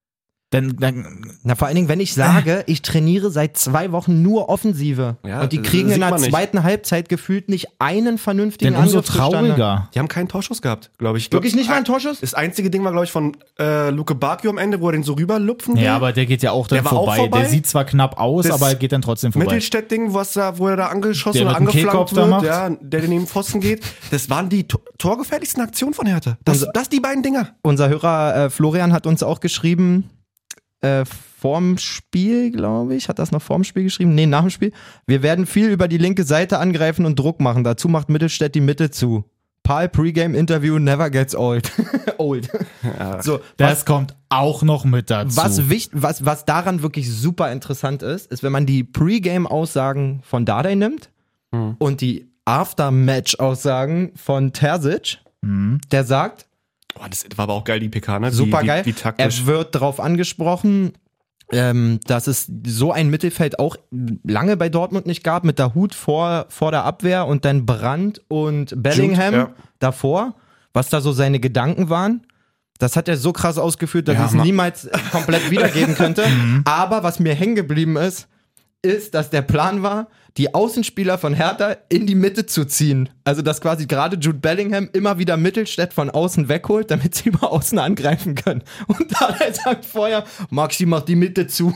Denn, dann, na, vor allen Dingen, wenn ich sage, ich trainiere seit zwei Wochen nur Offensive Ja, und die das kriegen sieht in der man nicht. zweiten Halbzeit gefühlt nicht einen vernünftigen denn umso Angriff zustande. trauriger. Die haben keinen Torschuss gehabt, glaube ich. Wirklich nicht mal ein Torschuss? Das einzige Ding war, glaube ich, von äh, Luke Bacchio am Ende, wo er den so rüberlupfen will. Ja, aber der geht ja auch dann Der war auch vorbei. vorbei. Der sieht zwar knapp aus, Das aber geht dann trotzdem vorbei. Mittelstädt-Ding, was da, wo er da angeschossen Der oder mit dem angeflankt Kehlkopf da wird, macht. ja, der neben den Pfosten geht. Das waren die to- torgefährlichsten Aktionen von Hertha. Das, Unser- das die beiden Dinger. Unser Hörer äh, Florian hat uns auch geschrieben, äh, vorm Spiel, glaube ich, hat das noch vorm Spiel geschrieben? Nee, nach dem Spiel. Wir werden viel über die linke Seite angreifen und Druck machen. Dazu macht Mittelstädt die Mitte zu. Paul Pre-Game-Interview never gets old. old. Ja. So, Das kommt auch noch mit dazu. was, wichtig, was, was daran wirklich super interessant ist, ist, wenn man die Pre-Game-Aussagen von Dardai nimmt Hm. und die After-Match-Aussagen von Terzic, Mhm. der sagt, Oh, das war aber auch geil, die P K, ne? super wie, geil. Wie, wie taktisch. Er wird darauf angesprochen, ähm, dass es so ein Mittelfeld auch lange bei Dortmund nicht gab, mit der Hut vor, vor der Abwehr und dann Brandt und Bellingham ja. davor, was da so seine Gedanken waren. Das hat er so krass ausgeführt, dass Ja, ich es ma- niemals komplett wiedergeben könnte. Aber was mir hängen geblieben ist, ist, dass der Plan war, die Außenspieler von Hertha in die Mitte zu ziehen. Also, dass quasi gerade Jude Bellingham immer wieder Mittelstädt von außen wegholt, damit sie über außen angreifen können. Und da er sagt vorher, Maxi macht die Mitte zu.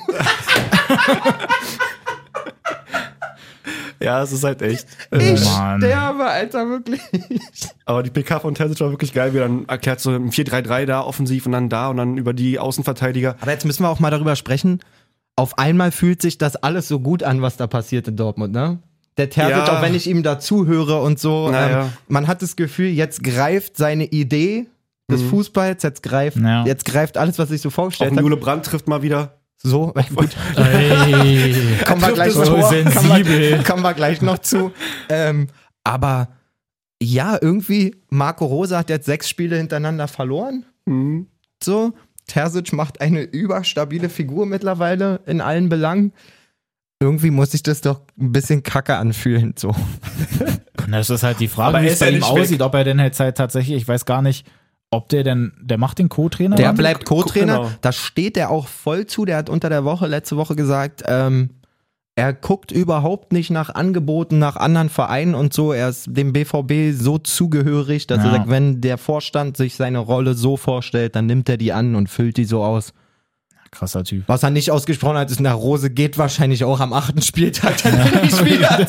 Ja, es ist halt echt. Ich Mann. sterbe, Alter, wirklich. Aber die P K von Terzic war wirklich geil, wie er dann erklärt so im vier drei drei da offensiv und dann da und dann über die Außenverteidiger. Aber jetzt müssen wir auch mal darüber sprechen. Auf einmal fühlt sich das alles so gut an, was da passiert in Dortmund, ne? Der Terzic, Ja. auch wenn ich ihm da zuhöre und so, Naja. ähm, man hat das Gefühl, jetzt greift seine Idee des Fußballs, jetzt greift, Ja. jetzt greift alles, was ich so Auch vorgestellt ein habe. Jule Brandt trifft mal wieder. So, gut. Ey. kommen, wir gleich das noch, Tor. Sensibel. kommen, kommen wir gleich noch zu. Ähm, aber ja, irgendwie, Marco Rose hat jetzt sechs Spiele hintereinander verloren. Mhm. So, Terzic macht eine überstabile Figur mittlerweile in allen Belangen. Irgendwie muss sich das doch ein bisschen kacke anfühlen, so. Das ist halt die Frage, Aber wie er es ist bei ja ihm nicht aussieht, weg. ob er denn jetzt halt tatsächlich, ich weiß gar nicht, ob der denn, der macht den Co-Trainer? Der dann? bleibt Co-Trainer, Genau. da steht er auch voll zu, der hat unter der Woche, letzte Woche gesagt, ähm, er guckt überhaupt nicht nach Angeboten, nach anderen Vereinen und so, er ist dem B V B so zugehörig, dass Ja. er sagt, wenn der Vorstand sich seine Rolle so vorstellt, dann nimmt er die an und füllt die so aus. Krasser Typ. Was er nicht ausgesprochen hat, ist, nach Rose geht wahrscheinlich auch am achten Spieltag, dann bin ich wieder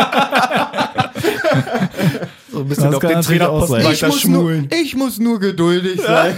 da. So ein bisschen Das auf kann den natürlich auch Trainerposten sein. Ich weiter muss, nur, schmulen. ich muss nur geduldig sein.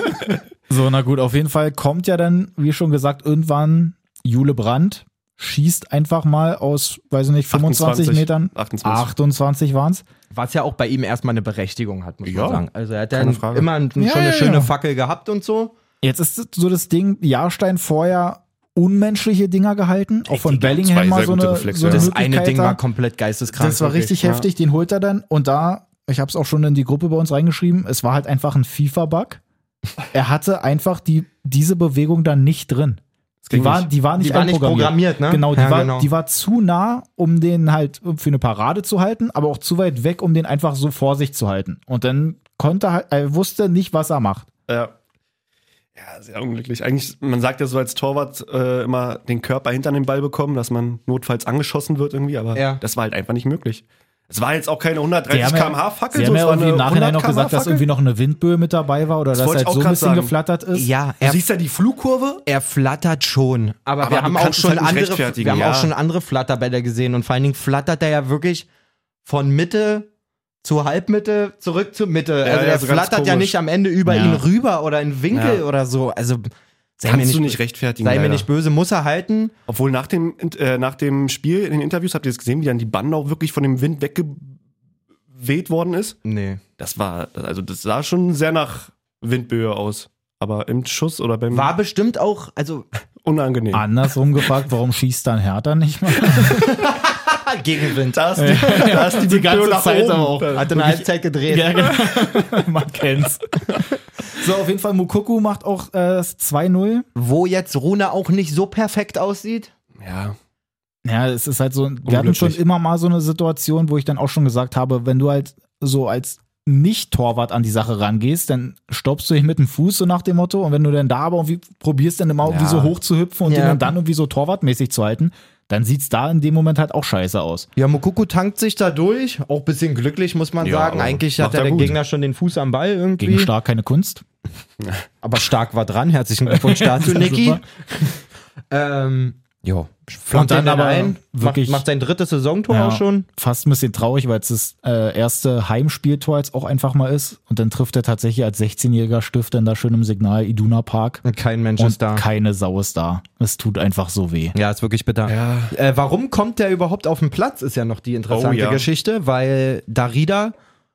So, na gut, auf jeden Fall kommt ja dann, wie schon gesagt, irgendwann Jule Brandt, schießt einfach mal aus, weiß ich nicht, fünfundzwanzig achtundzwanzig. Metern. achtundzwanzig. achtundzwanzig waren es. Was ja auch bei ihm erstmal eine Berechtigung hat, muss Ja, man sagen. Also er hat keine dann Frage. immer ein, Ja, schon eine ja, schöne ja. Fackel gehabt und so. Jetzt ist so das Ding, Jahrstein vorher unmenschliche Dinger gehalten, auch von die haben Bellingham zwei mal sehr so gute eine, Reflexe, so ja. eine Das Möglichkeit eine Ding da. war komplett geisteskrank. Das war wirklich. richtig ja. heftig, den holt er dann und da, ich habe es auch schon in die Gruppe bei uns reingeschrieben, es war halt einfach ein FIFA-Bug. Er hatte einfach die, diese Bewegung dann nicht drin. Die ging war, nicht. die war nicht Die war nicht einprogrammiert. programmiert, ne? Genau, die, Ja, war, genau. die war zu nah, um den halt für eine Parade zu halten, aber auch zu weit weg, um den einfach so vor sich zu halten. Und dann konnte er, halt- er wusste nicht, was er macht. Ja. Ja, sehr unglücklich. Eigentlich, man sagt ja so als Torwart äh, immer den Körper hinter den Ball bekommen, dass man notfalls angeschossen wird irgendwie, aber Ja. das war halt einfach nicht möglich. Es war jetzt auch keine Sie hundertdreißig haben ja- Kilometer pro Stunde Fackel, Sie so, haben es ja war irgendwie eine im Nachhinein noch hundert gesagt, dass Kilometer pro Stunde irgendwie noch eine Windböe mit dabei war oder dass wollte halt ich auch so ein grad bisschen sagen. geflattert ist. Ja, Du er, siehst ja die Flugkurve. er flattert schon. Aber, Aber wir du haben auch kannst es schon halt nicht andere, rechtfertigen, wir haben ja. auch schon andere Flatterbälle gesehen und vor allen Dingen flattert er ja wirklich von Mitte zu Halbmitte zurück zur Mitte. Ja, also ja, er so ganz flattert ja komisch. nicht am Ende über Ja. ihn rüber oder in Winkel Ja. oder so. Also sei Kannst mir nicht, du nicht rechtfertigen. sei mir leider. nicht böse, muss er halten. Obwohl nach dem, äh, nach dem Spiel in den Interviews, habt ihr das gesehen, wie dann die Bande auch wirklich von dem Wind weggeweht worden ist? Nee. Das war, also das sah schon sehr nach Windböe aus. Aber im Schuss oder beim War bestimmt auch, also unangenehm. Andersrum gefragt, warum schießt dann Hertha nicht mal? Gegenwind. Da ist die, da ist die, Die ganze Windböe nach Zeit oben. aber auch. Da- Hat in der Halbzeit gedreht. Ja, genau. Man kennt's. So, auf jeden Fall, Mukoko macht auch äh, das zwei null. Wo jetzt Rune auch nicht so perfekt aussieht. Ja. Ja, es ist halt so, wir hatten schon Unglücklich. immer mal so eine Situation, wo ich dann auch schon gesagt habe, wenn du halt so als Nicht-Torwart an die Sache rangehst, dann stoppst du dich mit dem Fuß, so nach dem Motto, und wenn du dann da aber irgendwie probierst, dann immer irgendwie so hoch zu hüpfen und Ja. den dann irgendwie so torwartmäßig zu halten, dann sieht's da in dem Moment halt auch scheiße aus. Ja, Mukoko tankt sich da durch. Auch ein bisschen glücklich, muss man Ja, sagen. aber Eigentlich macht hat ja er der gut. Gegner schon den Fuß am Ball irgendwie. Gegen Stark keine Kunst. Aber stark war dran. Herzlichen Glückwunsch dazu, Niki. Super. Ähm, jo. Flankt dann den aber ein, macht, wirklich- macht sein drittes Saisontor Ja. auch schon. Fast ein bisschen traurig, weil es das äh, erste Heimspieltor jetzt auch einfach mal ist. Und dann trifft er tatsächlich als sechzehnjähriger Stift dann da schön im Signal Iduna Park. Und kein Mensch Und ist da. keine Sau ist da. Es tut einfach so weh. Ja, ist wirklich bitter. Ja. Äh, warum kommt der überhaupt auf den Platz, ist ja noch die interessante Oh, ja. Geschichte, weil Darida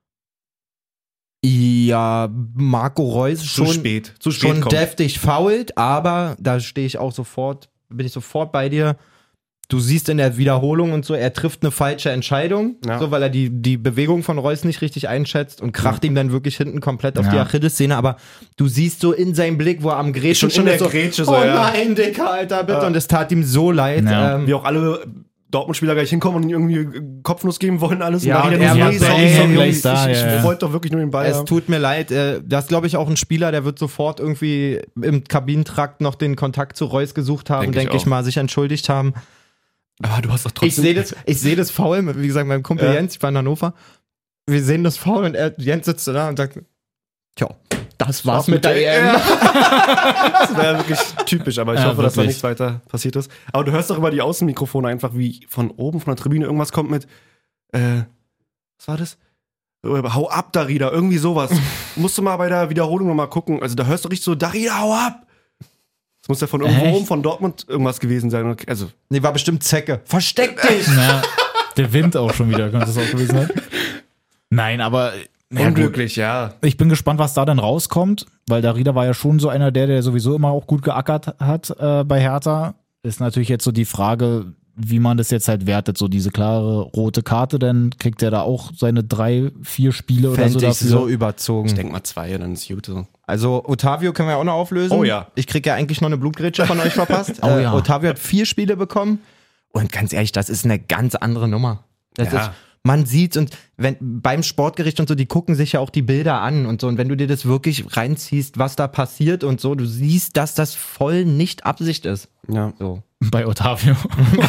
ja Marco Reus Zu schon, spät. Zu spät schon kommt. deftig foult, aber da stehe ich auch sofort, bin ich sofort bei dir. Du siehst in der Wiederholung und so, er trifft eine falsche Entscheidung, Ja. so weil er die, die Bewegung von Reus nicht richtig einschätzt und kracht ihm dann wirklich hinten komplett auf Ja. die Achillessehne, aber du siehst so in seinem Blick, wo er am Grätschen Schon in ist, der so, Grätsche so, oh ja. nein, Dicker, Alter, bitte, Ja. und es tat ihm so leid. Ja. Ähm, Wie auch alle Dortmund-Spieler gleich hinkommen und ihn irgendwie kopflos geben wollen, alles. Ja, Und und nachher er nur war so, Bang, sorry, sorry, gleich Jungs, da, ich, ja, ich ja. wollte doch wirklich nur den Ball Es haben. tut mir leid, äh, das ist, glaube ich, auch ein Spieler, der wird sofort irgendwie im Kabinentrakt noch den Kontakt zu Reus gesucht haben, Denk ich denke ich auch. mal, sich entschuldigt haben. Aber du hast doch trotzdem... Ich sehe das, ich sehe das Foul, mit, wie gesagt, meinem Kumpel Ja. Jens, ich war in Hannover. Wir sehen das Foul und er, Jens sitzt so da und sagt, tja, das war's mit der E M. Das wäre wirklich typisch, aber ich Ja, hoffe, dass da wirklich. nichts weiter passiert ist. Aber du hörst doch über die Außenmikrofone einfach, wie von oben, von der Tribüne irgendwas kommt mit, äh, was war das? Äh, Hau ab, Darida, irgendwie sowas. Musst du mal bei der Wiederholung nochmal gucken. Also da hörst du richtig so, Darida, hau ab! Das muss ja von irgendwo Echt? oben, von Dortmund irgendwas gewesen sein. Okay, also, Nee, war bestimmt Zecke. Versteck dich! Ja, der Wind auch schon wieder, könnte es auch gewesen sein. Nein, aber ja, gut. unglücklich, ja. Ich bin gespannt, was da dann rauskommt, weil Darida war ja schon so einer, der, der sowieso immer auch gut geackert hat äh, bei Hertha. Ist natürlich jetzt so die Frage, wie man das jetzt halt wertet. So diese klare rote Karte, dann kriegt er da auch seine drei, vier Spiele oder so Fände ich dafür. so überzogen. Ich denke mal zwei, dann ist gut. So. Also Otavio können wir auch noch auflösen. Oh ja. Ich kriege ja eigentlich noch eine Blutgrätsche von euch verpasst. Oh äh, ja. Otavio hat vier Spiele bekommen. Und ganz ehrlich, das ist eine ganz andere Nummer. Das Ja. ist, man sieht's und wenn beim Sportgericht und so, die gucken sich ja auch die Bilder an und so. Und wenn du dir das wirklich reinziehst, was da passiert und so, du siehst, dass das voll nicht Absicht ist. Ja. So. Bei Otavio.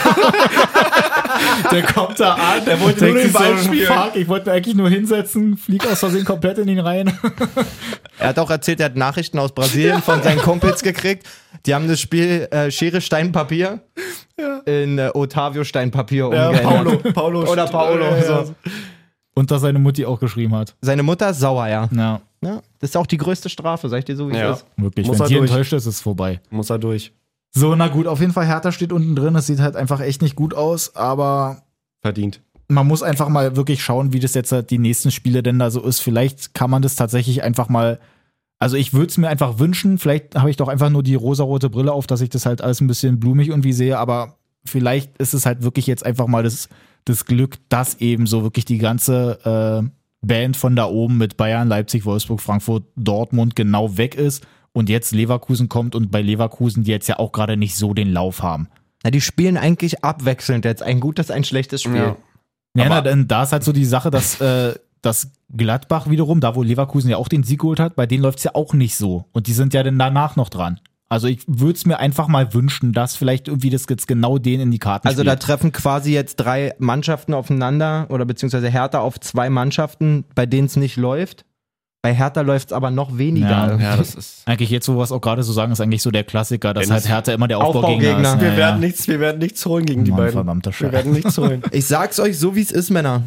Der kommt da an, der wollte nur nur den den Ball Ball spielen. Fuck, ich wollte eigentlich nur hinsetzen, flieg aus Versehen komplett in ihn rein. Er hat auch erzählt, er hat Nachrichten aus Brasilien von seinen Kumpels gekriegt. Die haben das Spiel äh, Schere, Stein, Papier in äh, Otavio, Stein, Papier Ja, umgeändert. Paulo, Paulo. Oder Paulo. Ja, ja. So. Und dass seine Mutti auch geschrieben hat. Seine Mutter ist sauer, ja. Ja, ja. Das ist auch die größte Strafe, sag ich dir so, wie Ja. es ist. wirklich. Muss Wenn er die durch. enttäuscht ist, ist es vorbei. Muss er durch. So, na gut, auf jeden Fall Hertha steht unten drin. Es sieht halt einfach echt nicht gut aus, aber Verdient. man muss einfach mal wirklich schauen, wie das jetzt halt die nächsten Spiele denn da so ist. Vielleicht kann man das tatsächlich einfach mal, also ich würde es mir einfach wünschen, vielleicht habe ich doch einfach nur die rosarote Brille auf, dass ich das halt alles ein bisschen blumig irgendwie sehe, aber vielleicht ist es halt wirklich jetzt einfach mal das, das Glück, dass eben so wirklich die ganze äh, Band von da oben mit Bayern, Leipzig, Wolfsburg, Frankfurt, Dortmund genau weg ist und jetzt Leverkusen kommt und bei Leverkusen, die jetzt ja auch gerade nicht so den Lauf haben. Ja, die spielen eigentlich abwechselnd jetzt. Ein gutes, ein schlechtes Spiel. Ja. Ja, Aber- na, denn da ist halt so die Sache, dass, äh, dass Gladbach wiederum, da wo Leverkusen ja auch den Sieg geholt hat, bei denen läuft es ja auch nicht so. Und die sind ja dann danach noch dran. Also ich würde es mir einfach mal wünschen, dass vielleicht irgendwie das jetzt genau denen in die Karten Also da spielt. treffen quasi jetzt drei Mannschaften aufeinander oder beziehungsweise Hertha auf zwei Mannschaften, bei denen es nicht läuft. Bei Hertha läuft es aber noch weniger. Ja. irgendwie. Ja, das ist. Eigentlich jetzt, wo wir es auch gerade so sagen, ist eigentlich so der Klassiker, dass Wenn halt es Hertha immer der Aufbaugegner, Aufbaugegner. ist. Wir, Ja, werden ja. nichts, wir werden nichts holen gegen die Mann, beiden. verdammter Wir Scheiß. werden nichts holen. Ich sag's euch so, wie es ist, Männer.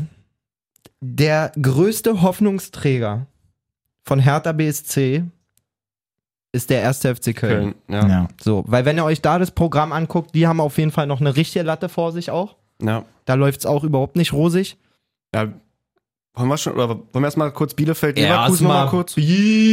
Der größte Hoffnungsträger von Hertha B S C ist der erste F C Köln. Köln. Ja. Ja. So, weil wenn ihr euch da das Programm anguckt, die haben auf jeden Fall noch eine richtige Latte vor sich auch. Ja. Da läuft's auch überhaupt nicht rosig. Ja. Wollen wir schon, oder wollen wir erstmal kurz Bielefeld, Erst Leverkusen noch mal mal kurz?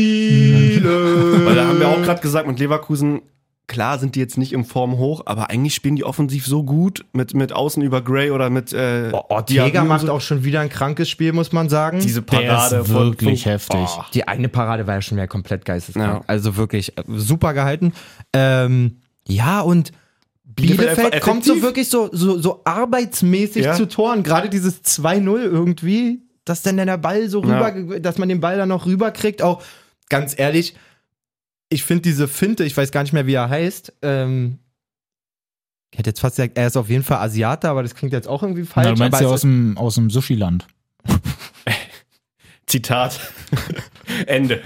Biele. Weil da haben wir auch gerade gesagt, mit Leverkusen, klar sind die jetzt nicht im Form hoch, aber eigentlich spielen die offensiv so gut mit, mit Außen über Gray oder mit äh, Oh, Ortega Diaby und macht so. auch schon wieder ein krankes Spiel, muss man sagen. diese Der Parade ist von- wirklich von, heftig. Oh. Die eine Parade war ja schon wieder komplett geisteskrank. Ja. Also wirklich äh, super gehalten. Ähm, ja, und Bielefeld Bielefeld, einfach kommt so effektiv. wirklich so, so, so arbeitsmäßig Ja. zu Toren. Gerade dieses zwei null irgendwie, dass dann der Ball so Ja. rüber, dass man den Ball dann noch rüberkriegt. Auch ganz ehrlich, ich finde diese Finte, ich weiß gar nicht mehr, wie er heißt, ähm, ich hätte jetzt fast gesagt, er ist auf jeden Fall Asiate, aber das klingt jetzt auch irgendwie falsch. Na, du meinst aber ja es aus dem, aus dem Sushi-Land. Zitat. Ende.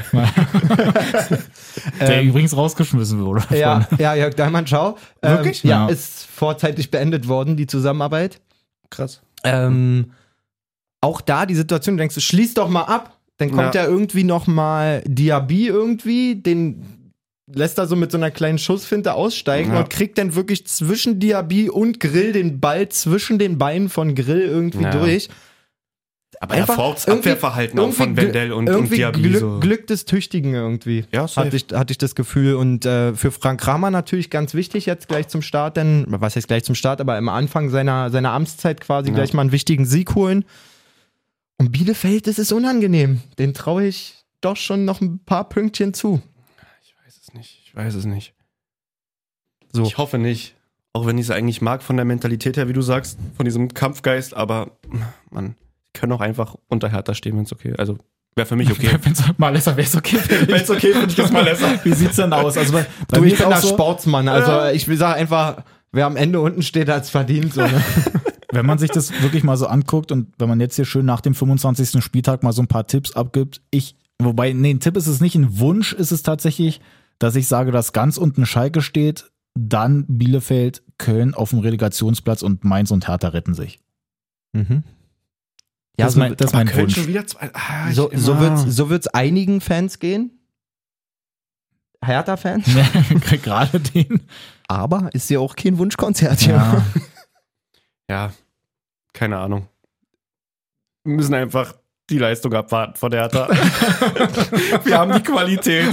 Der Ähm, übrigens rausgeschmissen wurde. Ja, Von- ja, Jörg Daimann, schau. Ähm, Wirklich? Ja, Ja. ist vorzeitig beendet worden, die Zusammenarbeit. Krass. Ähm, auch da die Situation, du denkst, du schließ doch mal ab. Dann kommt ja, Ja. irgendwie noch mal Diaby irgendwie, den lässt er so mit so einer kleinen Schussfinte aussteigen Ja. und kriegt dann wirklich zwischen Diaby und Grill den Ball zwischen den Beinen von Grill irgendwie Ja. durch. Aber Einfach er braucht irgendwie- Abwehrverhalten auch von Irgendwie Wendell und, und irgendwie Diaby. Glück, so. Glück des Tüchtigen irgendwie. Ja, safe. hatte ich, hatte ich das Gefühl. Und äh, für Frank Kramer natürlich ganz wichtig jetzt gleich zum Start, denn, was heißt gleich zum Start, aber am Anfang seiner, seiner Amtszeit quasi Ja. gleich mal einen wichtigen Sieg holen. Und Bielefeld, das ist unangenehm. Den traue ich doch schon noch ein paar Pünktchen zu. Ich weiß es nicht. Ich weiß es nicht. So. Ich hoffe nicht. Auch wenn ich es eigentlich mag von der Mentalität her, wie du sagst, von diesem Kampfgeist, aber man können auch einfach unter Hertha stehen, wenn es okay ist. Also wäre für mich okay. Wenn's mal besser wäre, es okay. Wenn's okay, finde ich das mal besser. Wie sieht's denn aus? Also bei, bei Du, mir ich ist bin auch der so, Sportsmann. Also ich will sagen einfach, wer am Ende unten steht, hat's verdient. So, ne? wenn man sich das wirklich mal so anguckt und wenn man jetzt hier schön nach dem fünfundzwanzigsten Spieltag mal so ein paar Tipps abgibt, ich, wobei, nee, ein Tipp ist es nicht, ein Wunsch ist es tatsächlich, dass ich sage, dass ganz unten Schalke steht, dann Bielefeld, Köln auf dem Relegationsplatz und Mainz und Hertha retten sich. Mhm. Das ist so, mein, das ist Aber mein Köln Wunsch. schon wieder zwei. Ah, ich- so, so ah. wird's, so wird's einigen Fans gehen. Hertha-Fans. Gerade den. Aber ist ja auch kein Wunschkonzert hier. Ja. Ja, keine Ahnung. Wir müssen einfach die Leistung abwarten von der Hertha. Wir haben die Qualität.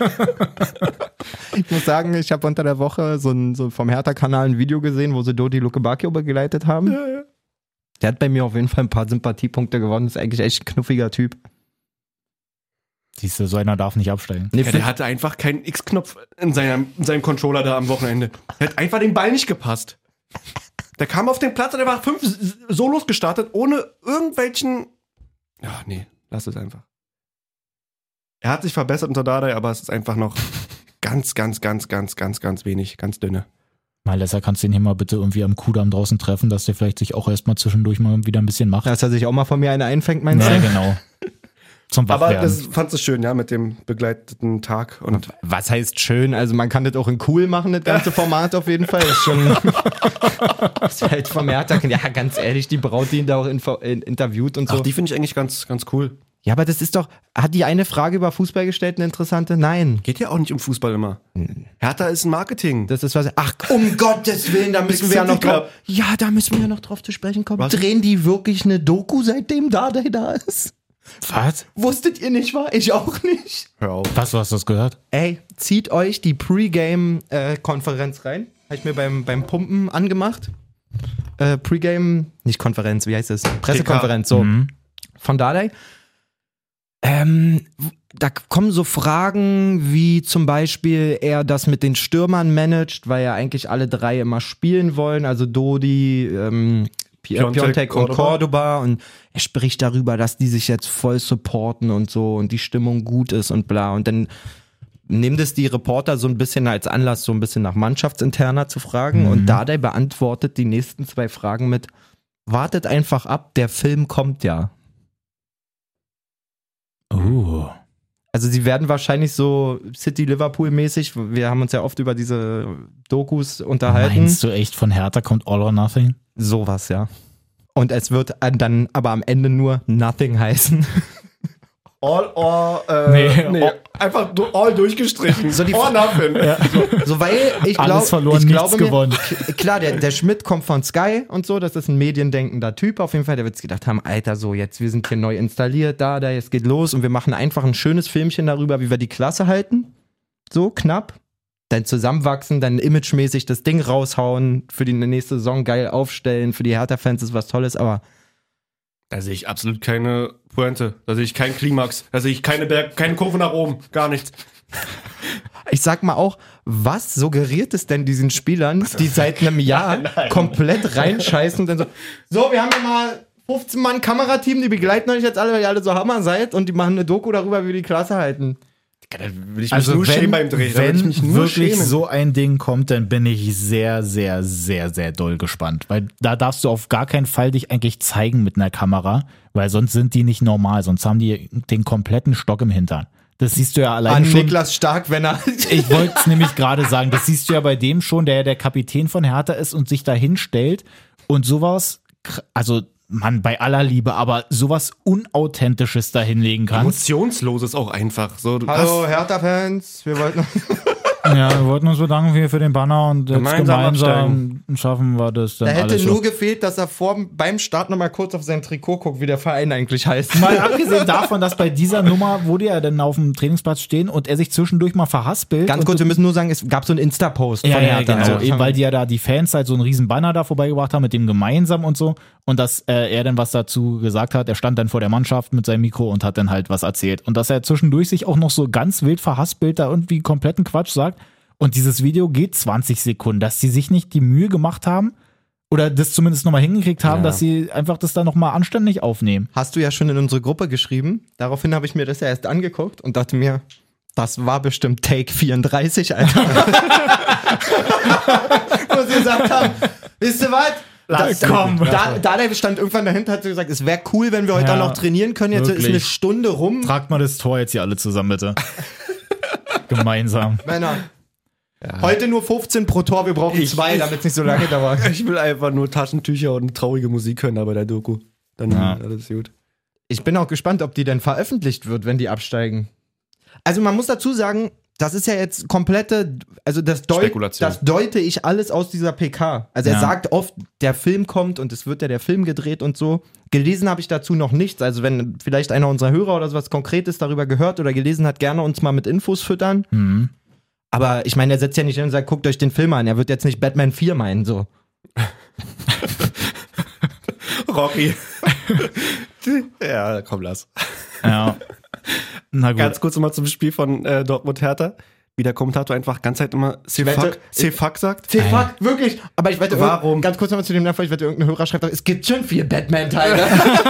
Ich muss sagen, ich habe unter der Woche so, ein, so vom Hertha-Kanal ein Video gesehen, wo sie Dodi Lukebakio begleitet haben. Ja, ja. Der hat bei mir auf jeden Fall ein paar Sympathiepunkte gewonnen. Ist eigentlich echt ein knuffiger Typ. Siehst du, so einer darf nicht absteigen. Nee, Ja, der hatte einfach keinen X-Knopf in seinem, in seinem Controller da am Wochenende. Der hat einfach den Ball nicht gepasst. Der kam auf den Platz und der war fünf Solos gestartet, ohne irgendwelchen... Ja, nee, lass es einfach. Er hat sich verbessert unter Dardai, aber es ist einfach noch ganz, ganz, ganz, ganz, ganz, ganz wenig, ganz dünne. Malessa, kannst du ihn hier mal bitte irgendwie am Kudamm draußen treffen, dass der vielleicht sich auch erstmal zwischendurch mal wieder ein bisschen macht? dass er sich auch mal von mir eine einfängt, meinst Ja, du? genau. Zum Aber Wachwerden. das fandst du schön, ja, mit dem begleiteten Tag und Was heißt schön? Also man kann das auch in cool machen, das ganze Format auf jeden Fall. Das ist schon das ist halt vom Hertha. Ja, ganz ehrlich, die Braut, die ihn da auch info, in, interviewt und so. ach, die finde ich eigentlich ganz, ganz cool. Ja, aber das ist doch, hat die eine Frage über Fußball gestellt, eine interessante? Nein. Geht ja auch nicht um Fußball immer. Hertha ist ein Marketing. Das ist was, ach, um Gottes Willen, da müssen wir ja noch City Club. drauf, ja, da müssen wir ja noch drauf zu sprechen kommen. Was? Drehen die wirklich eine Doku, seitdem Dardai da ist? Was? Wusstet ihr nicht, war? Ich auch nicht. Hör auf. Was, du hast das gehört? Ey, zieht euch die Pre-Game-Konferenz rein. Habe ich mir beim, beim Pumpen angemacht. Äh, Pre-Game, nicht Konferenz, wie heißt das? Pressekonferenz, so. Mhm. Von Dardai. Ähm, da kommen so Fragen, wie zum Beispiel er das mit den Stürmern managt, weil ja eigentlich alle drei immer spielen wollen, also Dodi, ähm, Pi- Piontek, Piontek und Cordoba. Cordoba, und er spricht darüber, dass die sich jetzt voll supporten und so und die Stimmung gut ist und bla, und dann nehmen das die Reporter so ein bisschen als Anlass, so ein bisschen nach Mannschaftsinterner zu fragen, Mhm. und Dardai beantwortet die nächsten zwei Fragen mit: Wartet einfach ab, der Film kommt ja. Oh. Also sie werden wahrscheinlich so City-Liverpool-mäßig, wir haben uns ja oft über diese Dokus unterhalten. Meinst du echt, von Hertha kommt All or Nothing? Sowas, ja. Und es wird dann aber am Ende nur Nothing heißen. All or, äh, Nee, nee, all- einfach du- all durchgestrichen. So die- all nothing. So, weil ich glaube, Alles verloren, ich nichts glaube mir, gewonnen. k- klar, der, der Schmidt kommt von Sky und so, das ist ein mediendenkender Typ auf jeden Fall, der wird sich gedacht haben, Alter, so jetzt, wir sind hier neu installiert, da, da, jetzt geht los und wir machen einfach ein schönes Filmchen darüber, wie wir die Klasse halten, so knapp, dann zusammenwachsen, dann imagemäßig das Ding raushauen, für die nächste Saison geil aufstellen, für die Hertha-Fans ist was Tolles, aber Da sehe ich absolut keine Pointe. Da sehe ich keinen Klimax. Da sehe ich keine Berg, keine Kurve nach oben. Gar nichts. ich sag mal auch, was suggeriert es denn diesen Spielern, die seit einem Jahr komplett reinscheißen und dann so, so, wir haben ja mal fünfzehn Mann Kamerateam, die begleiten euch jetzt alle, weil ihr alle so Hammer seid, und die machen eine Doku darüber, wie wir die Klasse halten. Da will ich mich Also nur wenn, schämen beim Dreh. Da will wenn ich mich nur wirklich schämen. so ein Ding kommt, dann bin ich sehr, sehr, sehr, sehr doll gespannt. Weil da darfst du auf gar keinen Fall dich eigentlich zeigen mit einer Kamera, weil sonst sind die nicht normal, sonst haben die den kompletten Stock im Hintern. Das siehst du ja alleine An schon. Niklas Stark, wenn er... Ich wollte es nämlich gerade sagen, das siehst du ja bei dem schon, der ja der Kapitän von Hertha ist und sich da hinstellt und sowas, kr- also Mann, bei aller Liebe, aber sowas Unauthentisches da hinlegen kannst. Emotionsloses auch einfach. So, du Hallo hast- Hertha-Fans, wir wollten... Ja, wir wollten uns bedanken für, für den Banner und jetzt Gemeinsam gemeinsam, schaffen wir das dann Da hätte alles nur so. gefehlt, dass er vor, beim Start nochmal kurz auf sein Trikot guckt, wie der Verein eigentlich heißt. Mal abgesehen davon, dass bei dieser Nummer, wo die ja dann auf dem Trainingsplatz stehen und er sich zwischendurch mal verhaspelt. Ganz und kurz, wir müssen nur sagen, es gab so einen Insta-Post Ja, von ja, Hertha. genau. Also, Eben, weil die ja da die Fans halt so einen riesen Banner da vorbeigebracht haben mit dem gemeinsam und so. Und dass äh, er dann was dazu gesagt hat. Er stand dann vor der Mannschaft mit seinem Mikro und hat dann halt was erzählt. Und dass er zwischendurch sich auch noch so ganz wild verhaspelt da irgendwie kompletten Quatsch sagt. Und dieses Video geht zwanzig Sekunden, dass sie sich nicht die Mühe gemacht haben oder das zumindest nochmal hingekriegt haben, Ja. dass sie einfach das da nochmal anständig aufnehmen. hast du ja schon in unsere Gruppe geschrieben. Daraufhin habe ich mir das ja erst angeguckt und dachte mir, das war bestimmt Take vierunddreißig, Alter. Wo sie gesagt haben, wisst ihr was? Lass Da- kommen. Da, Dardai stand irgendwann dahinter, hat so gesagt, es wäre cool, wenn wir heute Ja, auch noch trainieren können. Jetzt ist wirklich. eine Stunde rum. Tragt mal das Tor jetzt hier alle zusammen, bitte. Gemeinsam. Männer. Heute nur fünfzehn pro Tor, wir brauchen Ich- zwei, damit es nicht so lange dauert. Ich will einfach nur Taschentücher und traurige Musik hören da bei der Doku. Dann Ja. alles gut. Ich bin auch gespannt, ob die denn veröffentlicht wird, wenn die absteigen. Also man muss dazu sagen, das ist ja jetzt komplette, also das, deut, Spekulation. das deute ich alles aus dieser P K. Also er Ja. sagt oft, der Film kommt und es wird ja der Film gedreht und so. Gelesen habe ich dazu noch nichts. Also wenn vielleicht einer unserer Hörer oder sowas Konkretes darüber gehört oder gelesen hat, gerne uns mal mit Infos füttern. Mhm. Aber ich meine, er setzt ja nicht hin und sagt, guckt euch den Film an. Er wird jetzt nicht Batman vier meinen, so. Rocky. Ja, komm, lass. Ja. Na gut. Ganz kurz nochmal zum Spiel von äh, Dortmund Hertha. Wie der Kommentator einfach ganz Zeit immer C-Fuck, C-Fuck sagt. C-Fuck, wirklich. Aber ich wette, Warum? Ganz kurz nochmal zu dem Nachfall, ich wette, irgendein Hörer schreibt, es gibt schon vier Batman-Teile.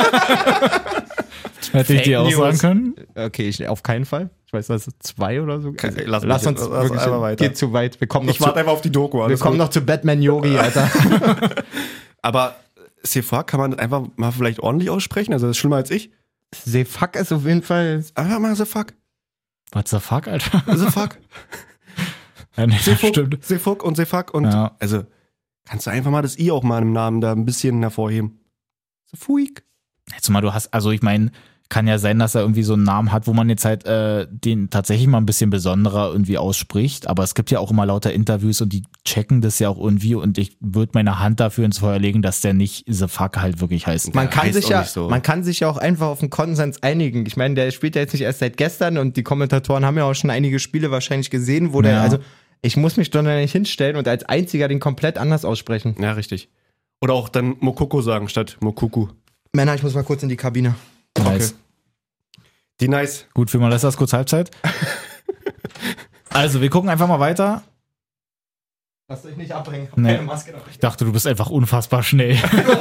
Hätte ich dir auch News. sagen können. Okay, ich, auf keinen Fall. Ich weiß, das ist zwei oder so. Okay, Also, lass mich lass jetzt- uns lass wirklich, einfach weiter. geht zu weit. Wir kommen noch, Ich warte zu, einfach auf die Doku. wir alles kommen gut. noch zu Batman Yogi, Alter. Aber C-Fuck kann man das einfach mal vielleicht ordentlich aussprechen? Also das ist schlimmer als ich. C-Fuck ist auf jeden Fall... Einfach mal C-Fuck. What the fuck, Alter? C-Fuck. Ja, nee, das stimmt. C-Fuck und C-Fuck und Ja. also kannst du einfach mal das I auch mal im Namen da ein bisschen hervorheben. C-Fuik. Jetzt mal, du hast, also ich meine, kann ja sein, dass er irgendwie so einen Namen hat, wo man jetzt halt äh, den tatsächlich mal ein bisschen besonderer irgendwie ausspricht, aber es gibt ja auch immer lauter Interviews und die checken das ja auch irgendwie und ich würde meine Hand dafür ins Feuer legen, dass der nicht The Fuck halt wirklich heißt. Man Ja, kann, heißt sich auch ja, nicht so. man kann sich ja auch einfach auf einen Konsens einigen. Ich meine, der spielt ja jetzt nicht erst seit gestern und die Kommentatoren haben ja auch schon einige Spiele wahrscheinlich gesehen, wo der, Ja. also ich muss mich doch nicht hinstellen und als einziger den komplett anders aussprechen. Ja, richtig. Oder auch dann Mokoko sagen statt Mokuku. Männer, ich muss mal kurz in die Kabine. Nice. Die nice. Gut, für Malessa ist kurz Halbzeit. Also, wir gucken einfach mal weiter. Lasst euch nicht abbringen. Hab Nee. keine Maske noch. Ich dachte, du bist einfach unfassbar schnell.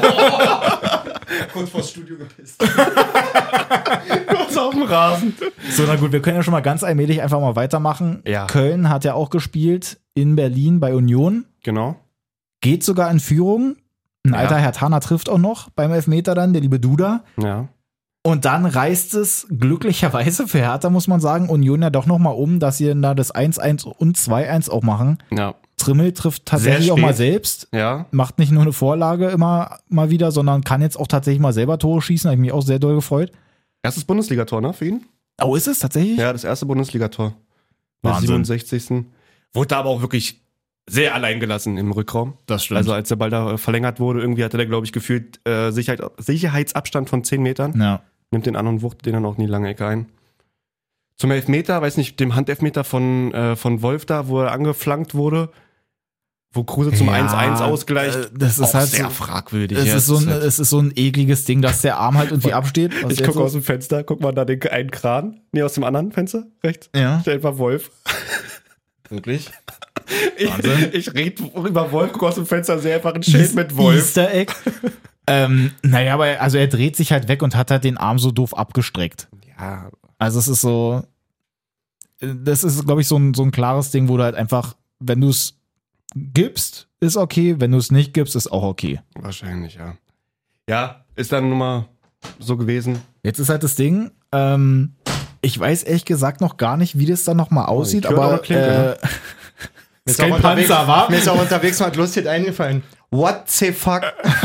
Kurz vors Studio gepisst. Was auf dem Rasen. So, na gut, wir können ja schon mal ganz allmählich einfach mal weitermachen. Ja. Köln hat ja auch gespielt in Berlin bei Union. Genau. Geht sogar in Führung. Ein Ja. alter Herr Tana trifft auch noch beim Elfmeter dann, der liebe Duda. Ja. Und dann reißt es glücklicherweise für Hertha, muss man sagen, Union ja doch nochmal um, dass sie da das eins eins und zwei eins auch machen. Ja. Trimmel trifft tatsächlich Sehr auch mal spät. selbst. Ja. Macht nicht nur eine Vorlage immer mal wieder, sondern kann jetzt auch tatsächlich mal selber Tore schießen. Habe ich mich auch sehr doll gefreut. Erstes Bundesligator, ne, für ihn? Oh, ist es tatsächlich? Ja, das erste Bundesligator. Wahnsinn. siebenundsechzigsten Wurde da aber auch wirklich sehr allein gelassen im Rückraum. Das stimmt. Also als der Ball da äh, verlängert wurde, irgendwie hatte der, glaube ich, gefühlt äh, Sicherheit, Sicherheitsabstand von zehn Metern. Ja. Nimmt den an und wuchtet den dann auch in die lange Ecke ein. Zum Elfmeter, weiß nicht, dem Handelfmeter von, äh, von Wolf da, wo er angeflankt wurde, wo Kruse zum Ja, eins eins ausgleicht. äh, das ist auch halt sehr so- fragwürdig. Es ja. ist, so ein, halt- es ist so ein ekliges Ding, dass der Arm halt irgendwie absteht. Was ich jetzt gucke so- aus dem Fenster, guck mal da den einen Kran. Nee, aus dem anderen Fenster, rechts. Ja. Steht einfach Wolf. Wirklich? Ich, Wahnsinn. ich rede über Wolf, gucke aus dem Fenster, sehe einfach ein Schild mit Wolf. Easter Egg. ähm, naja, aber er- also er dreht sich halt weg und hat halt den Arm so doof abgestreckt. Ja, Also es ist so, das ist, glaube ich, so ein, so ein klares Ding, wo du halt einfach, wenn du es gibst, ist okay, wenn du es nicht gibst, ist auch okay. wahrscheinlich, ja. Ja, ist dann nun mal so gewesen. Jetzt ist halt das Ding, ähm, ich weiß ehrlich gesagt noch gar nicht, wie das dann nochmal aussieht, ich höre auch aber eine Klinke, ne? äh, Mir ist, kein auch unterwegs, Panzer, wa? mir ist auch unterwegs mal lustig eingefallen. What the fuck?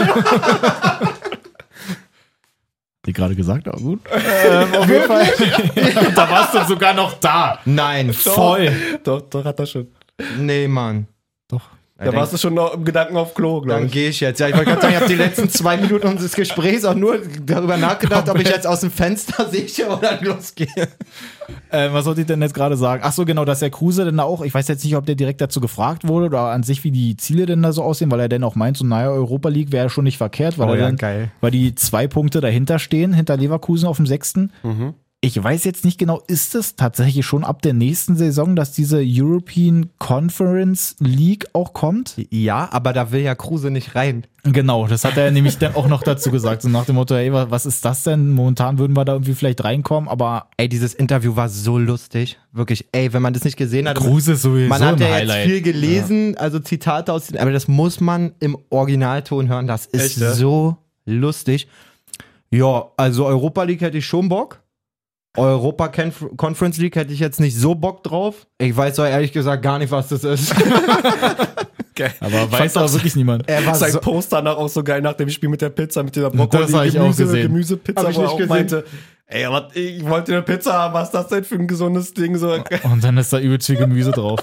die gerade gesagt, aber gut. ähm, auf jeden Fall. Da warst du sogar noch da. Nein. Voll. Doch, doch hat er schon. Nee, Mann. Doch. Da warst du schon noch im Gedanken auf Klo, glaube Dann ich. gehe ich jetzt. Ja, ich wollte gerade sagen, ich habe die letzten zwei Minuten unseres Gesprächs auch nur darüber nachgedacht, ob ich jetzt aus dem Fenster sehe oder losgehe. Ähm, was wollte ich denn jetzt gerade sagen? Ach so, genau, dass der Kruse denn da auch, ich weiß jetzt nicht, ob der direkt dazu gefragt wurde oder an sich, wie die Ziele denn da so aussehen, weil er dann auch meint, so naja, Europa League wäre schon nicht verkehrt, weil Oh er ja, dann, geil. weil die zwei Punkte dahinter stehen, hinter Leverkusen auf dem sechsten. Mhm. Ich weiß jetzt nicht genau, ist es tatsächlich schon ab der nächsten Saison, dass diese European Conference League auch kommt? Ja, aber da will ja Kruse nicht rein. Genau, das hat er nämlich dann auch noch dazu gesagt, so nach dem Motto, ey, was ist das denn? Momentan würden wir da irgendwie vielleicht reinkommen, aber Ey, dieses Interview war so lustig. Wirklich, ey, wenn man das nicht gesehen hat. Kruse ist sowieso Man hat ein ja jetzt Highlight. viel gelesen, also Zitate aus, aber das muss man im Originalton hören. Das ist Echt, ja? so lustig. Ja, also Europa League hätte ich schon Bock. Europa Conf- Conference League hätte ich jetzt nicht so Bock drauf. Ich weiß doch ehrlich gesagt gar nicht, was das ist. Geil. Aber weiß aber wirklich niemand. Er war Sein so, Post danach auch so geil nach dem Spiel mit der Pizza, mit dieser Brokkoli, Das hab ich auch Gemüse, gesehen. Gemüsepizza, Hab ich wo er nicht auch gesehen. meinte, ey, aber ich wollte eine Pizza haben, was ist das denn für ein gesundes Ding? So, Und dann ist da übelst viel Gemüse drauf.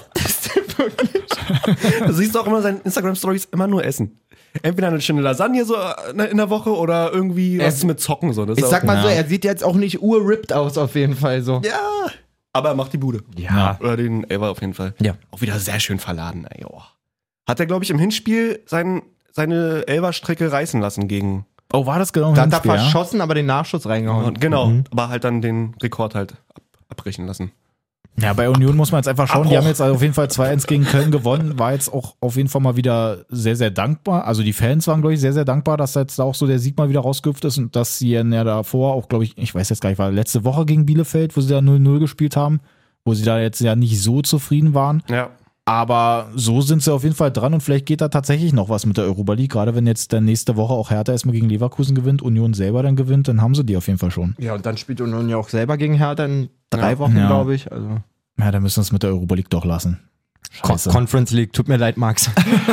du siehst auch immer seine Instagram-Stories immer nur essen. Entweder eine schöne Lasagne so in der Woche oder irgendwie was Er- mit Zocken. So. Das ich ist sag auch, mal so, Ja. er sieht jetzt auch nicht urripped aus auf jeden Fall so. ja, aber er macht die Bude. Ja. Oder den Elfer auf jeden Fall. Ja. Auch wieder sehr schön verladen. Ey, oh. Hat er, glaube ich, im Hinspiel sein, seine Elferstrecke reißen lassen gegen. Oh, war das genau Da ein hat er Hinspiel, ja? verschossen, aber den Nachschuss reingehauen. Und genau, aber halt dann den Rekord halt ab, abbrechen lassen. Ja, bei Union muss man jetzt einfach schauen. Abbruch. Die haben jetzt also auf jeden Fall zwei eins gegen Köln gewonnen. War jetzt auch auf jeden Fall mal wieder sehr, sehr dankbar. Also die Fans waren, glaube ich, sehr, sehr dankbar, dass jetzt auch so der Sieg mal wieder rausgehüpft ist und dass sie ja davor auch, glaube ich, ich weiß jetzt gar nicht, war letzte Woche gegen Bielefeld, wo sie da null null gespielt haben, wo sie da jetzt ja nicht so zufrieden waren. Ja. Aber so sind sie auf jeden Fall dran und vielleicht geht da tatsächlich noch was mit der Europa League. Gerade wenn jetzt dann nächste Woche auch Hertha erstmal gegen Leverkusen gewinnt, Union selber dann gewinnt, dann haben sie die auf jeden Fall schon. Ja, und dann spielt Union ja auch selber gegen Hertha in drei Ja. Wochen, Ja. glaube ich. Also Ja, dann müssen wir es mit der Europa League doch lassen. Scheiße. Conference League, tut mir leid, Max.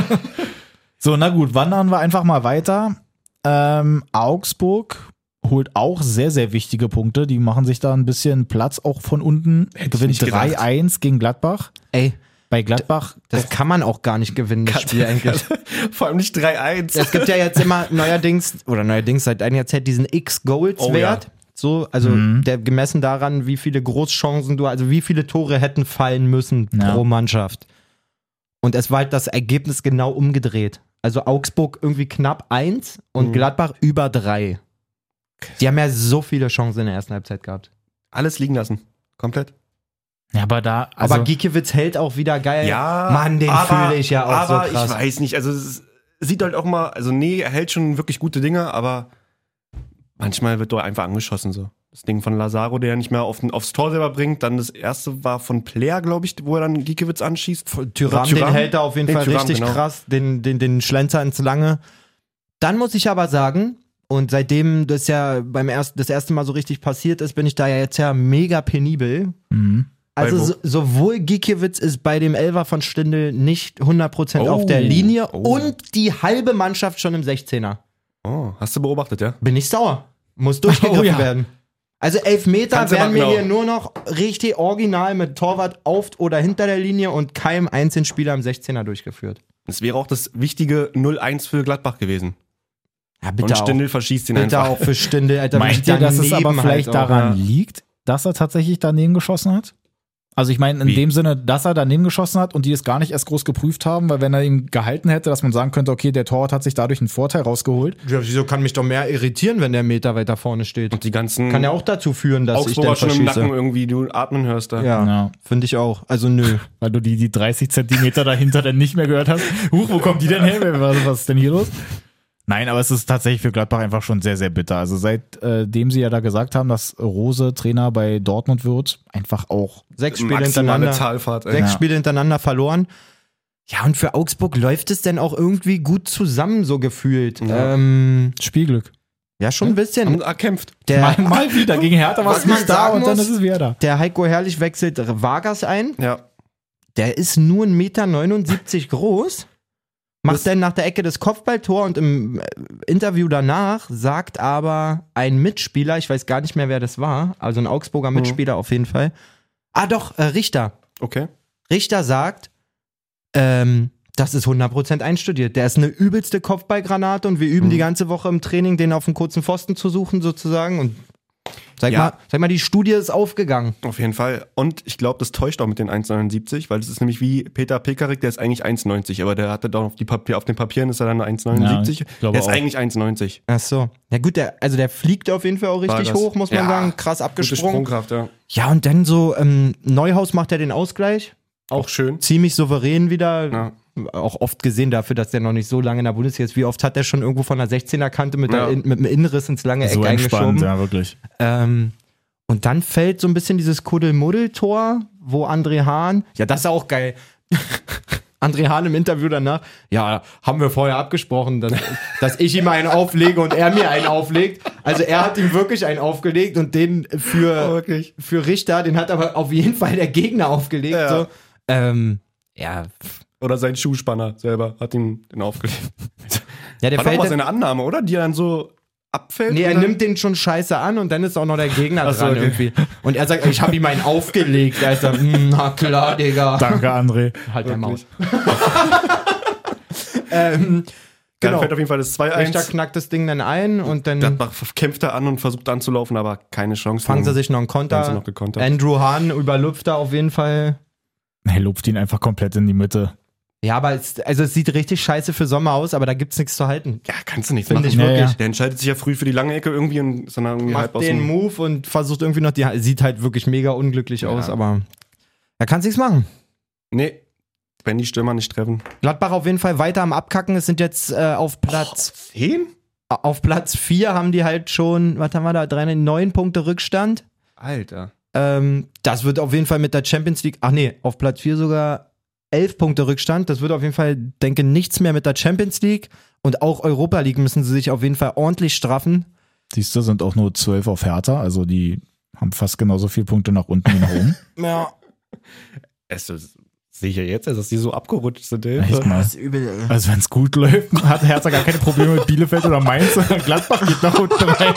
So, na gut, wandern wir einfach mal weiter. Ähm, Augsburg holt auch sehr, sehr wichtige Punkte. Die machen sich da ein bisschen Platz auch von unten. Hätte ich Gewinnt nicht gedacht. drei eins gegen Gladbach. Ey, Bei Gladbach, das kann man auch gar nicht gewinnen, das Spiel eigentlich. Vor allem nicht drei eins. Es gibt ja jetzt immer neuerdings, oder neuerdings seit einiger Zeit diesen X-Goals-Wert. Oh, ja. So, also Mhm. der gemessen daran, wie viele Großchancen du, also wie viele Tore hätten fallen müssen Ja. pro Mannschaft. Und es war halt das Ergebnis genau umgedreht. Also Augsburg irgendwie knapp eins und Mhm. Gladbach über drei. Die haben ja so viele Chancen in der ersten Halbzeit gehabt. Alles liegen lassen. Komplett. ja, aber da, also, Aber Gikiewicz hält auch wieder geil. Ja, Mann, den aber- fühle ich ja auch aber so krass. ich weiß nicht, also es sieht halt auch mal, also nee, er hält schon wirklich gute Dinge, aber manchmal wird doch einfach angeschossen so. Das Ding von Lazaro, der ja nicht mehr auf, aufs Tor selber bringt, dann das erste war von Player, glaube ich, wo er dann Gikiewicz anschießt. Thuram, Thuram? den hält er auf jeden Den Fall Thuram, richtig genau. krass, den, den, den Schlenzer ins Lange. Dann muss ich aber sagen, und seitdem das ja beim ersten, das erste Mal so richtig passiert ist, bin ich da ja jetzt ja mega penibel. mhm. Also Bei wo? so, sowohl Gikiewicz ist bei dem Elfer von Stindl nicht hundert Prozent Oh. auf der Linie Oh. und die halbe Mannschaft schon im sechzehner. Oh, hast du beobachtet, ja? Bin ich sauer. Muss durchgegriffen Oh ja. werden. Also Elfmeter Kannst du werden aber mir genau- hier nur noch richtig original mit Torwart auf oder hinter der Linie und keinem einzigen Spieler im sechzehner durchgeführt. Das wäre auch das wichtige null eins für Gladbach gewesen. Ja, Und bitte auch. Stindl verschießt ihn Bitte einfach. auch für Stindl, Alter. Meint ihr, dass es aber daneben vielleicht halt auch, daran ja. liegt, dass er tatsächlich daneben geschossen hat? Also ich meine in Wie? dem Sinne, dass er daneben geschossen hat und die es gar nicht erst groß geprüft haben, weil wenn er ihn gehalten hätte, dass man sagen könnte, okay, der Torwart hat sich dadurch einen Vorteil rausgeholt. Ja, wieso kann mich doch mehr irritieren, wenn der Meter weiter vorne steht? Und die ganzen Kann ja auch dazu führen, dass ich Augsburger dann schon im Nacken verschieße. irgendwie du atmen hörst da. Ja, Ja. finde ich auch. Also nö. Weil du die, die dreißig Zentimeter dahinter dann nicht mehr gehört hast. Huch, wo kommt die denn her? Was, was ist denn hier los? Nein, aber es ist tatsächlich für Gladbach einfach schon sehr, sehr bitter. Also seitdem sie ja da gesagt haben, dass Rose Trainer bei Dortmund wird, einfach auch Sechs Spiele Maximale hintereinander. Zahlfahrt, ey. Sechs Ja. Spiele hintereinander verloren. Ja, und für Augsburg läuft es denn auch irgendwie gut zusammen, so gefühlt. Ja. Ähm, Spielglück. ja, schon ein bisschen. Haben erkämpft. Der, Mal, mal wieder gegen Hertha war Was es nicht man da sagen und dann muss- ist es wieder da. der Heiko Herrlich wechselt Vargas ein. Ja. Der ist nur ein Meter neunundsiebzig groß. Macht Das- dann nach der Ecke das Kopfballtor und im äh, Interview danach sagt aber ein Mitspieler, ich weiß gar nicht mehr, wer das war, also ein Augsburger Mitspieler auf jeden Fall. Ah doch, äh, Richter. Okay. Richter sagt, ähm, das ist hundert Prozent einstudiert. Der ist eine übelste Kopfballgranate und wir üben Mhm. die ganze Woche im Training, den auf den kurzen Pfosten zu suchen sozusagen. Und sag, Ja. mal, sag mal, die Studie ist aufgegangen. Auf jeden Fall. Und ich glaube, das täuscht auch mit den eins neunundsiebzig, weil das ist nämlich wie Peter Pekarik, der ist eigentlich eins neunzig, aber der hatte doch auf, die Papier, auf den Papieren ist er dann eins neunundsiebzig. Ja, ich glaube der ist auch. eigentlich eins neunzig. Ach so. Ja gut, der, also der fliegt auf jeden Fall auch richtig Vargas. hoch, muss man Ja. sagen. Krass Gute abgesprungen. Sprungkraft, ja. Ja, und dann so, ähm, Neuhaus macht ja den Ausgleich. Auch schön. Ziemlich souverän wieder. Ja. Auch oft gesehen dafür, dass der noch nicht so lange in der Bundesliga ist. Wie oft hat der schon irgendwo von der sechzehner-Kante mit, Ja. der, mit dem Innenriss ins lange Eck So entspannt, eingeschoben. ja, wirklich. Ähm, und dann fällt so ein bisschen dieses Kuddelmuddel-Tor, wo André Hahn, ja, das ist auch geil. André Hahn im Interview danach, ja, haben wir vorher abgesprochen, dass, dass ich ihm einen auflege und er mir einen auflegt. Also er hat ihm wirklich einen aufgelegt und den für, Oh, wirklich. für Richter, den hat aber auf jeden Fall der Gegner aufgelegt. Ja. So. Ähm, ja. Oder sein Schuhspanner selber hat ihm den aufgelegt. ja, der War doch fällt mal dann, seine Annahme, oder? Die er dann so abfällt. nee, er oder? nimmt den schon scheiße an und dann ist auch noch der Gegner Ach so, dran okay. irgendwie. Und er sagt, ich habe ihm einen aufgelegt, Alter. Hm, na klar, Digga. Danke, André. Halt der Maus. Wirklich. Ähm, Dann genau. fällt auf jeden Fall das zwei Richter eins. knackt das Ding dann ein und dann Gladbach kämpft er an und versucht anzulaufen, aber keine Chance. fangen sie sich noch einen Haben sie Konter. noch gekontert. Andrew Hahn überlupft da auf jeden Fall. Er lupft ihn einfach komplett in die Mitte. Ja, aber es, also es sieht richtig scheiße für Sommer aus, aber da gibt's nichts zu halten. Ja, kannst du nichts Finde machen. ich wirklich. Der entscheidet sich ja früh für die lange Ecke irgendwie und sondern irgendwie halb Macht aus den dem... Move und versucht irgendwie noch die, sieht halt wirklich mega unglücklich Ja. aus, aber er kann nichts machen. Nee, wenn die Stürmer nicht treffen. Gladbach auf jeden Fall weiter am Abkacken. Es sind jetzt äh, auf Platz Zehn? auf Platz vier haben die halt schon, was haben wir da, drei, neun Punkte Rückstand. Alter. Ähm, das wird auf jeden Fall mit der Champions League, ach nee, auf Platz vier sogar elf Punkte Rückstand. Das wird auf jeden Fall, denke nichts mehr mit der Champions League. Und auch Europa League müssen sie sich auf jeden Fall ordentlich straffen. Siehst du, sind auch nur zwölf auf Hertha, also die haben fast genauso viele Punkte nach unten wie nach oben. Ja. Es ist sicher jetzt, dass die so abgerutscht sind. ey. Echt mal. Übel. Also wenn es gut läuft, hat Hertha gar keine Probleme mit Bielefeld oder Mainz. Gladbach geht nach unten rein.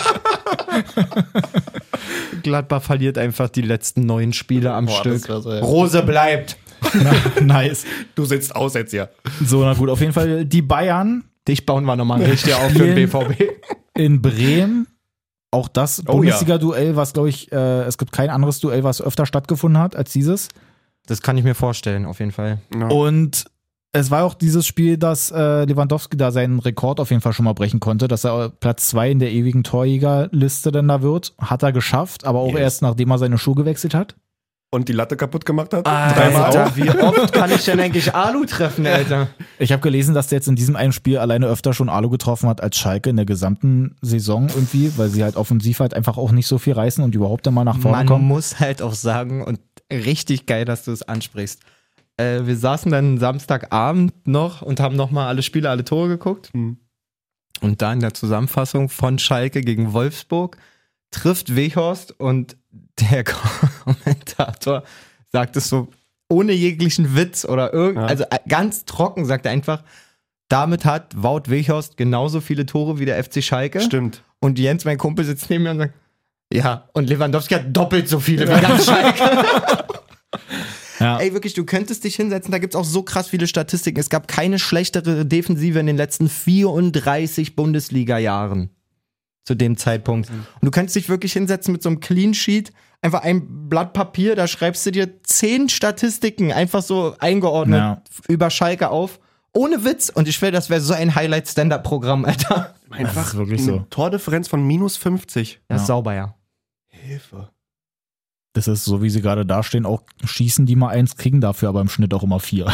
Gladbach verliert einfach die letzten neun Spiele am Boah, Stück. das wär so, ja. Rose bleibt. Na, nice. Du sitzt aus jetzt, ja. So, na gut, auf jeden Fall die Bayern Dich bauen wir nochmal richtig auf für den B V B. in Bremen. Auch das Oh, Bundesliga-Duell, was, glaube ich, äh, es gibt kein anderes Duell, was öfter stattgefunden hat als dieses. Das kann ich mir vorstellen, auf jeden Fall. Ja. Und es war auch dieses Spiel, dass äh, Lewandowski da seinen Rekord auf jeden Fall schon mal brechen konnte, dass er Platz zwei in der ewigen Torjägerliste dann da wird. Hat er geschafft, aber auch Yes. erst nachdem er seine Schuhe gewechselt hat. Und die Latte kaputt gemacht hat. Alter, wie oft kann ich denn eigentlich Alu treffen, Alter? Ich habe gelesen, dass der jetzt in diesem einen Spiel alleine öfter schon Alu getroffen hat als Schalke in der gesamten Saison irgendwie, weil sie halt offensiv halt einfach auch nicht so viel reißen und überhaupt einmal nach vorne Man kommen. muss halt auch sagen, und richtig geil, dass du es ansprichst. Äh, wir saßen dann Samstagabend noch und haben nochmal alle Spiele, alle Tore geguckt. Hm. Und da in der Zusammenfassung von Schalke gegen Wolfsburg trifft Weghorst und der Kommentator sagt es so ohne jeglichen Witz oder irgend, Ja. also äh, ganz trocken sagt er einfach, damit hat Wout Weghorst genauso viele Tore wie der F C Schalke. Stimmt. Und Jens, mein Kumpel, sitzt neben mir und sagt, ja, und Lewandowski hat doppelt so viele wie ganz Schalke. Ja. Ey, wirklich, du könntest dich hinsetzen, da gibt's auch so krass viele Statistiken. Es gab keine schlechtere Defensive in den letzten vierunddreißig Bundesliga-Jahren zu dem Zeitpunkt. Und du könntest dich wirklich hinsetzen mit so einem Clean Sheet, einfach ein Blatt Papier, da schreibst du dir zehn Statistiken einfach so eingeordnet Ja. über Schalke auf. Ohne Witz. Und ich will, das wäre so ein Highlight-Stand-Up-Programm, Alter. Einfach ist wirklich eine so. Tordifferenz von minus fünfzig. Das ist Ja. sauber, ja. Hilfe. Das ist so, wie sie gerade dastehen, auch schießen die mal eins, kriegen dafür aber im Schnitt auch immer vier.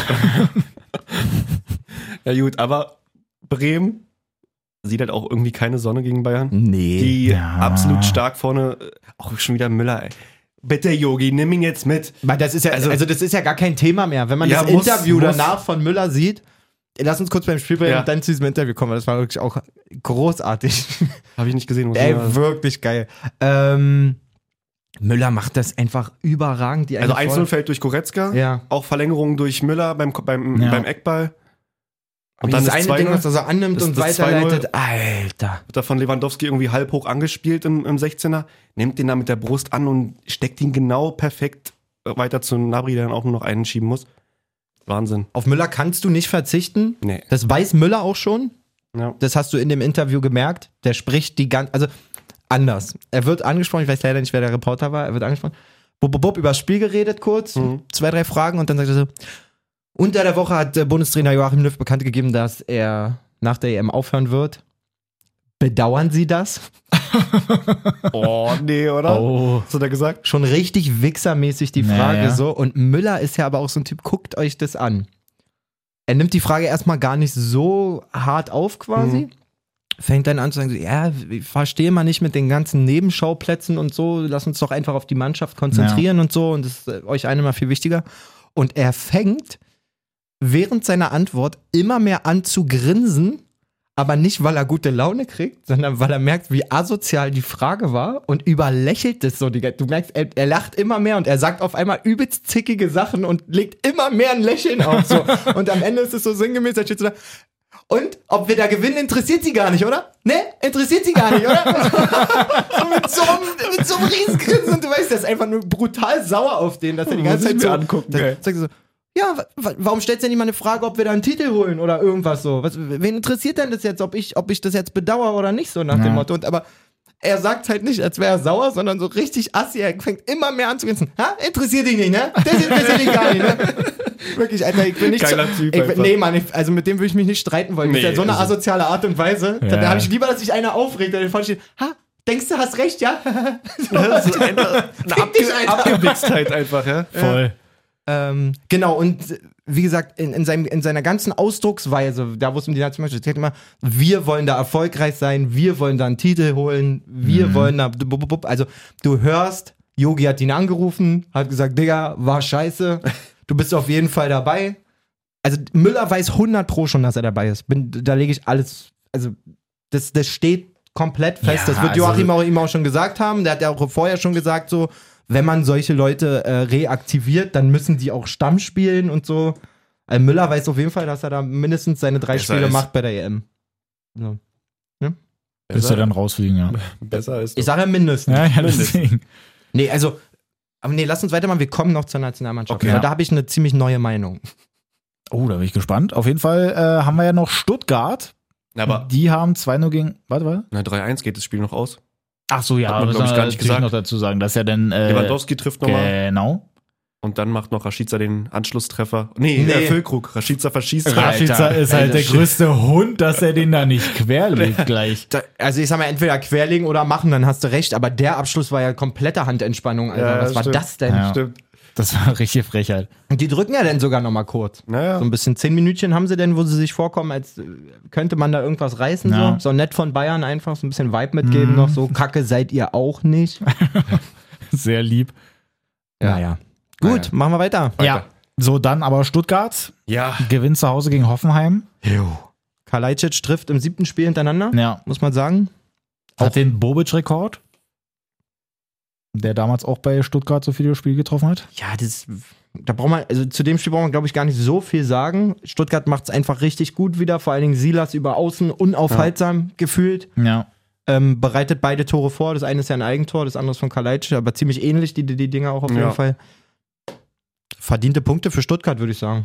Ja gut, aber Bremen sieht halt auch irgendwie keine Sonne gegen Bayern. Nee. Die Ja. absolut stark vorne, äh, auch schon wieder Müller, ey. Bitte, Yogi, nimm ihn jetzt mit. Weil das ist ja, also, Also- das ist ja gar kein Thema mehr. Wenn man Ja, das muss- Interview muss. danach von Müller sieht, lass uns kurz beim Spiel bleiben Ja. und dann zu diesem Interview kommen, weil das war wirklich auch großartig. Habe ich nicht gesehen. Muss ich Ey, mal- wirklich geil. Ähm, Müller macht das einfach überragend. Die also eine eins null fällt durch Goretzka, Ja. auch Verlängerung durch Müller beim, beim, Ja. beim Eckball. Und Und dann das das eine zwei Ding, null, was er so annimmt das- und das weiterleitet. Alter. wird da von Lewandowski irgendwie halb hoch angespielt im, im sechzehner, nimmt den da mit der Brust an und steckt ihn genau perfekt weiter zu Nabri, der dann auch nur noch einen schieben muss. Wahnsinn. Auf Müller kannst du nicht verzichten. Nee. Das weiß Müller auch schon. Ja. Das hast du in dem Interview gemerkt. Der spricht die ganze, also anders. Er wird angesprochen, ich weiß leider nicht, wer der Reporter war, er wird angesprochen. Bub, bub, bub, über das Spiel geredet kurz, Mhm. zwei, drei Fragen und dann sagt er so, unter der Woche hat der Bundestrainer Joachim Löw bekannt gegeben, dass er nach der E M aufhören wird. Bedauern Sie das? Oh, nee, oder? Oh. Was hat er gesagt? Schon richtig wichsermäßig die Ja, Frage ja. so. Und Müller ist ja aber auch so ein Typ, guckt euch das an. Er nimmt die Frage erstmal gar nicht so hart auf quasi. Mhm. Fängt dann an zu sagen, so, ja, ich verstehe mal nicht mit den ganzen Nebenschauplätzen und so, lass uns doch einfach auf die Mannschaft konzentrieren und so und das ist äh, euch eine mal viel wichtiger. Und er fängt während seiner Antwort immer mehr an zu grinsen, aber nicht, weil er gute Laune kriegt, sondern weil er merkt, wie asozial die Frage war und überlächelt es so. Die, du merkst, er, er lacht immer mehr und er sagt auf einmal übelst zickige Sachen und legt immer mehr ein Lächeln auf. So. Und am Ende ist es so sinngemäß, da steht so da, und ob wir da gewinnen, interessiert sie gar nicht, oder? Ne? Interessiert sie gar nicht, oder? so mit, so einem, mit so einem Riesengrinsen und du weißt, der ist einfach nur brutal sauer auf den, dass er die ganze Muss ich Zeit mir so angucken, dann ey. sagt er so, ja, wa- wa- warum stellst du denn nicht mal eine Frage, ob wir da einen Titel holen oder irgendwas so? Was, wen interessiert denn das jetzt, ob ich, ob ich das jetzt bedauere oder nicht, so nach Ja. dem Motto? Und aber er sagt halt nicht, als wäre er sauer, sondern so richtig assi. Er fängt immer mehr an zu grinsen. Ha? Interessiert dich nicht, ne? Das interessiert dich gar nicht, ne? Wirklich, Alter, ich bin nicht Geiler so, Typ ich, einfach. Nee, Mann, ich, also mit dem würde ich mich nicht streiten wollen. Nee, das ist ja so eine also- asoziale Art und Weise. Ja. Da, da habe ich lieber, dass sich einer aufregt, der den vorne steht. Ha? Denkst du, hast recht, ja? So, Das ist einfach eine Fick dich, Abge Alter. Abgewichstheit einfach, ja. Voll. Ähm, genau, und äh, wie gesagt, in, in, seinem, in seiner ganzen Ausdrucksweise, da wo es um die Nationalmannschaft geht, immer, wir wollen da erfolgreich sein, wir wollen da einen Titel holen, wir Mhm. wollen da, bub, bub, bub. Also du hörst, Yogi hat ihn angerufen, hat gesagt, Digga, war scheiße, du bist auf jeden Fall dabei. Also Müller weiß hundert Pro schon, dass er dabei ist. Bin, da lege ich alles, also das, das steht komplett fest, Ja, das wird also- Joachim auch, ihm auch schon gesagt haben, der hat ja auch vorher schon gesagt, so, wenn man solche Leute äh, reaktiviert, dann müssen die auch Stamm spielen und so. Also Müller weiß auf jeden Fall, dass er da mindestens seine drei Besser Spiele ist. macht bei der E M. So. Bis er dann rausfliegen, ja. Besser ist. Ich sage ja mindestens. Ja, ja, deswegen. Nee, also, aber nee, lass uns weitermachen. Wir kommen noch zur Nationalmannschaft. Okay. Aber Ja. da habe ich eine ziemlich neue Meinung. Oh, da bin ich gespannt. Auf jeden Fall äh, haben wir ja noch Stuttgart. Aber Die haben zwei null gegen. Warte, warte. na, drei eins geht das Spiel noch aus. Ach so, ja, Hat man, das glaub ich, soll gar nicht natürlich gesagt. noch dazu sagen, dass ja dann. Äh, Lewandowski trifft nochmal Genau. und dann macht noch Rashica den Anschlusstreffer. Nee, Nee. nee. Äh, Füllkrug. Rashica verschießt. Rashica ist halt Alter, der shit. größte Hund, dass er den da nicht querlegt gleich. Da, also ich sag mal, entweder querlegen oder machen, dann hast du recht. Aber der Abschluss war ja komplette Handentspannung. Alter. Ja, Was war stimmt. das denn? Ja. Stimmt. Das war richtig Frechheit. Und die drücken ja dann sogar noch mal kurz. Naja. So ein bisschen zehn Minütchen haben sie denn, wo sie sich vorkommen, als äh, könnte man da irgendwas reißen. Ja. So. so nett von Bayern einfach so ein bisschen Vibe mitgeben noch. So kacke seid ihr auch nicht. Sehr lieb. Ja, ja. Gut, Naja. machen wir weiter. Ja. So, dann aber Stuttgart Ja. gewinnt zu Hause gegen Hoffenheim. Kalajdzic trifft im siebten Spiel hintereinander, Ja. muss man sagen. Hat den Bobic-Rekord, der damals auch bei Stuttgart so viele Spiele getroffen hat. Ja, das, da braucht man, also zu dem Spiel braucht man, glaube ich, gar nicht so viel sagen. Stuttgart macht es einfach richtig gut wieder, vor allen Dingen Silas über außen unaufhaltsam gefühlt. Ja. Ähm, bereitet beide Tore vor. Das eine ist ja ein Eigentor, das andere ist von Kalajdzic, aber ziemlich ähnlich, die, die, die Dinger auch auf jeden Ja. Fall. Verdiente Punkte für Stuttgart, würde ich sagen.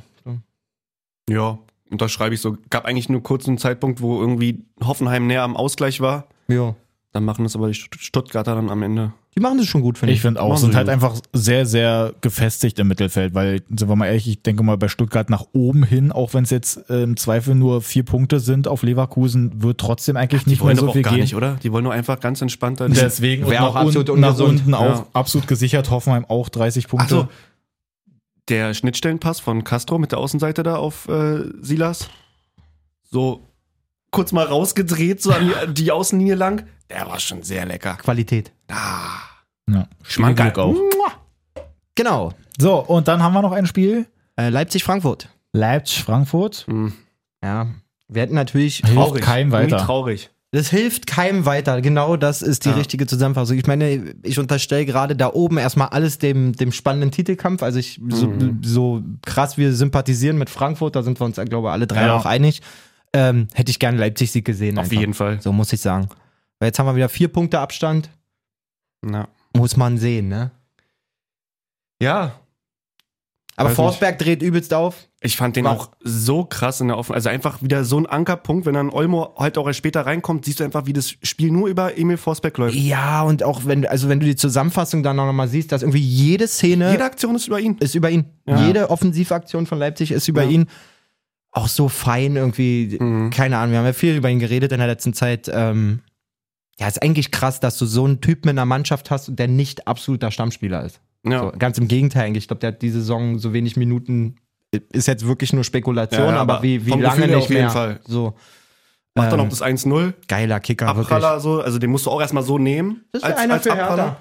Ja, unterschreibe ich so. Gab eigentlich nur kurz einen Zeitpunkt, wo irgendwie Hoffenheim näher am Ausgleich war. Ja. Dann machen das aber die Stutt- Stuttgarter dann am Ende. Die machen das schon gut, finde Ich ich. finde auch, Machen sind sie halt gut. einfach sehr, sehr gefestigt im Mittelfeld, weil, sind wir mal ehrlich, ich denke mal bei Stuttgart nach oben hin, auch wenn es jetzt äh, im Zweifel nur vier Punkte sind auf Leverkusen, wird trotzdem eigentlich Die nicht mehr wollen so doch auch viel gar gehen. nicht, oder? Die wollen nur einfach ganz entspannt da. Deswegen und Wäre nach, auch absolut unten, nach ungesund. unten auch Ja. absolut gesichert, Hoffenheim auch dreißig Punkte. Also, der Schnittstellenpass von Castro mit der Außenseite da auf äh, Silas. So kurz mal rausgedreht, so an die, die Außenlinie lang. Der war schon sehr lecker. Qualität. Ah, ja, Schmankerl. Spielglück auch. Genau. So, und dann haben wir noch ein Spiel. Äh, Leipzig-Frankfurt. Leipzig-Frankfurt. Hm. Ja. Wir hätten natürlich. Hilft keinem Irgendwie weiter. traurig. Das hilft keinem weiter. Genau das ist die Ja. richtige Zusammenfassung. Ich meine, ich unterstelle gerade da oben erstmal alles dem, dem spannenden Titelkampf. Also ich, so, Mhm. so krass wir sympathisieren mit Frankfurt, da sind wir uns, glaube ich, alle drei Ja. auch einig. Ähm, hätte ich gerne Leipzig-Sieg gesehen. Auf einfach. jeden Fall. So muss ich sagen. Weil jetzt haben wir wieder vier Punkte Abstand. Ja. Muss man sehen, ne? Ja, Aber Weiß Forsberg dreht übelst auf. ich fand den War- auch so krass in der Offen. Also einfach wieder so ein Ankerpunkt, wenn dann Olmo halt auch erst später reinkommt, siehst du einfach, wie das Spiel nur über Emil Forsberg läuft. Ja, und auch wenn, du- also wenn du die Zusammenfassung dann noch mal siehst, dass irgendwie jede Szene Jede Aktion ist über ihn. ist über ihn. Ja. Jede Offensivaktion von Leipzig ist über Ja. ihn. Auch so fein irgendwie. Mhm. Keine Ahnung, wir haben ja viel über ihn geredet in der letzten Zeit. Ähm, ja, ist eigentlich krass, dass du so einen Typen in der Mannschaft hast und der nicht absoluter Stammspieler ist. Ja. So, ganz im Gegenteil eigentlich. Ich glaube, der hat diese Saison so wenig Minuten. Ist jetzt wirklich nur Spekulation, Ja, ja, aber, aber wie, wie vom lange Gefühl her nicht auf jeden mehr. Fall. So. Macht dann Ähm, noch das eins null. Geiler Kicker, wirklich. Abpraller so, also den musst du auch erstmal so nehmen. Das wäre einer für Hertha.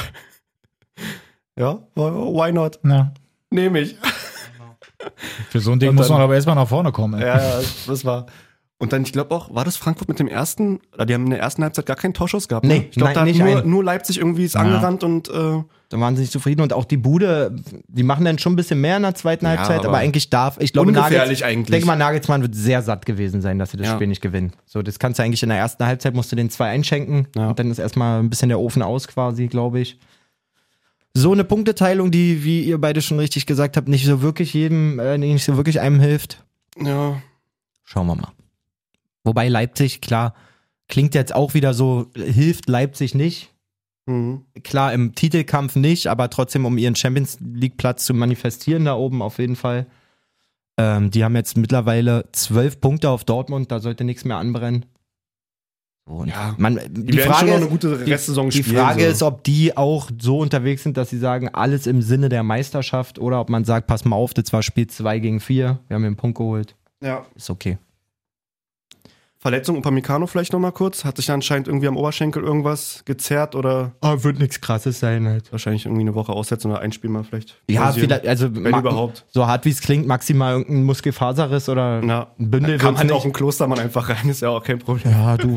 Ja, why not? Ja. Nehme ich. Für so ein Ding Und muss dann- man aber erstmal nach vorne kommen. ey. Ja, ja, das war. Und dann, ich glaube auch, war das Frankfurt mit dem ersten, oder die haben in der ersten Halbzeit gar keinen Torschuss gehabt. Nee, ne? Ich glaube, nein, da hat nicht nur, einen. nur Leipzig irgendwie ist Ja. angerannt und äh, Da waren sie nicht zufrieden und auch die Bude, die machen dann schon ein bisschen mehr in der zweiten Ja, Halbzeit, aber, aber eigentlich darf, ich glaube, ungefährlich Nagels, eigentlich. Ich denke mal, Nagelsmann wird sehr satt gewesen sein, dass sie das Ja. Spiel nicht gewinnen. So, das kannst du eigentlich in der ersten Halbzeit, musst du den zwei einschenken Ja. und dann ist erstmal ein bisschen der Ofen aus quasi, glaube ich. So eine Punkteteilung, die, wie ihr beide schon richtig gesagt habt, nicht so wirklich jedem, äh, nicht so wirklich einem hilft. ja. Schauen wir mal. Wobei Leipzig, klar, klingt jetzt auch wieder so, hilft Leipzig nicht. Mhm. Klar, im Titelkampf nicht, aber trotzdem, um ihren Champions-League-Platz zu manifestieren da oben auf jeden Fall. Ähm, die haben jetzt mittlerweile zwölf Punkte auf Dortmund, da sollte nichts mehr anbrennen. Und Ja, man, Die, die werden Frage schon noch ist, eine gute die, Restsaison die spielen. Frage so. ist, ob die auch so unterwegs sind, dass sie sagen, alles im Sinne der Meisterschaft oder ob man sagt, pass mal auf, das war Spiel zwei gegen vier, wir haben den Punkt geholt. Ja. Ist okay. Verletzung Upamecano vielleicht nochmal kurz. Hat sich da anscheinend irgendwie am Oberschenkel irgendwas gezerrt oder Aber wird nichts Krasses sein halt. wahrscheinlich irgendwie eine Woche aussetzen oder ein Spiel mal vielleicht. Ja, pausieren. vielleicht, also Wenn ma- überhaupt. so hart wie es klingt, maximal irgendein Muskelfaserriss oder Na, ein Bündel. kann wird's man nicht. auch im Klostermann einfach rein, ist ja auch kein Problem. Ja, du.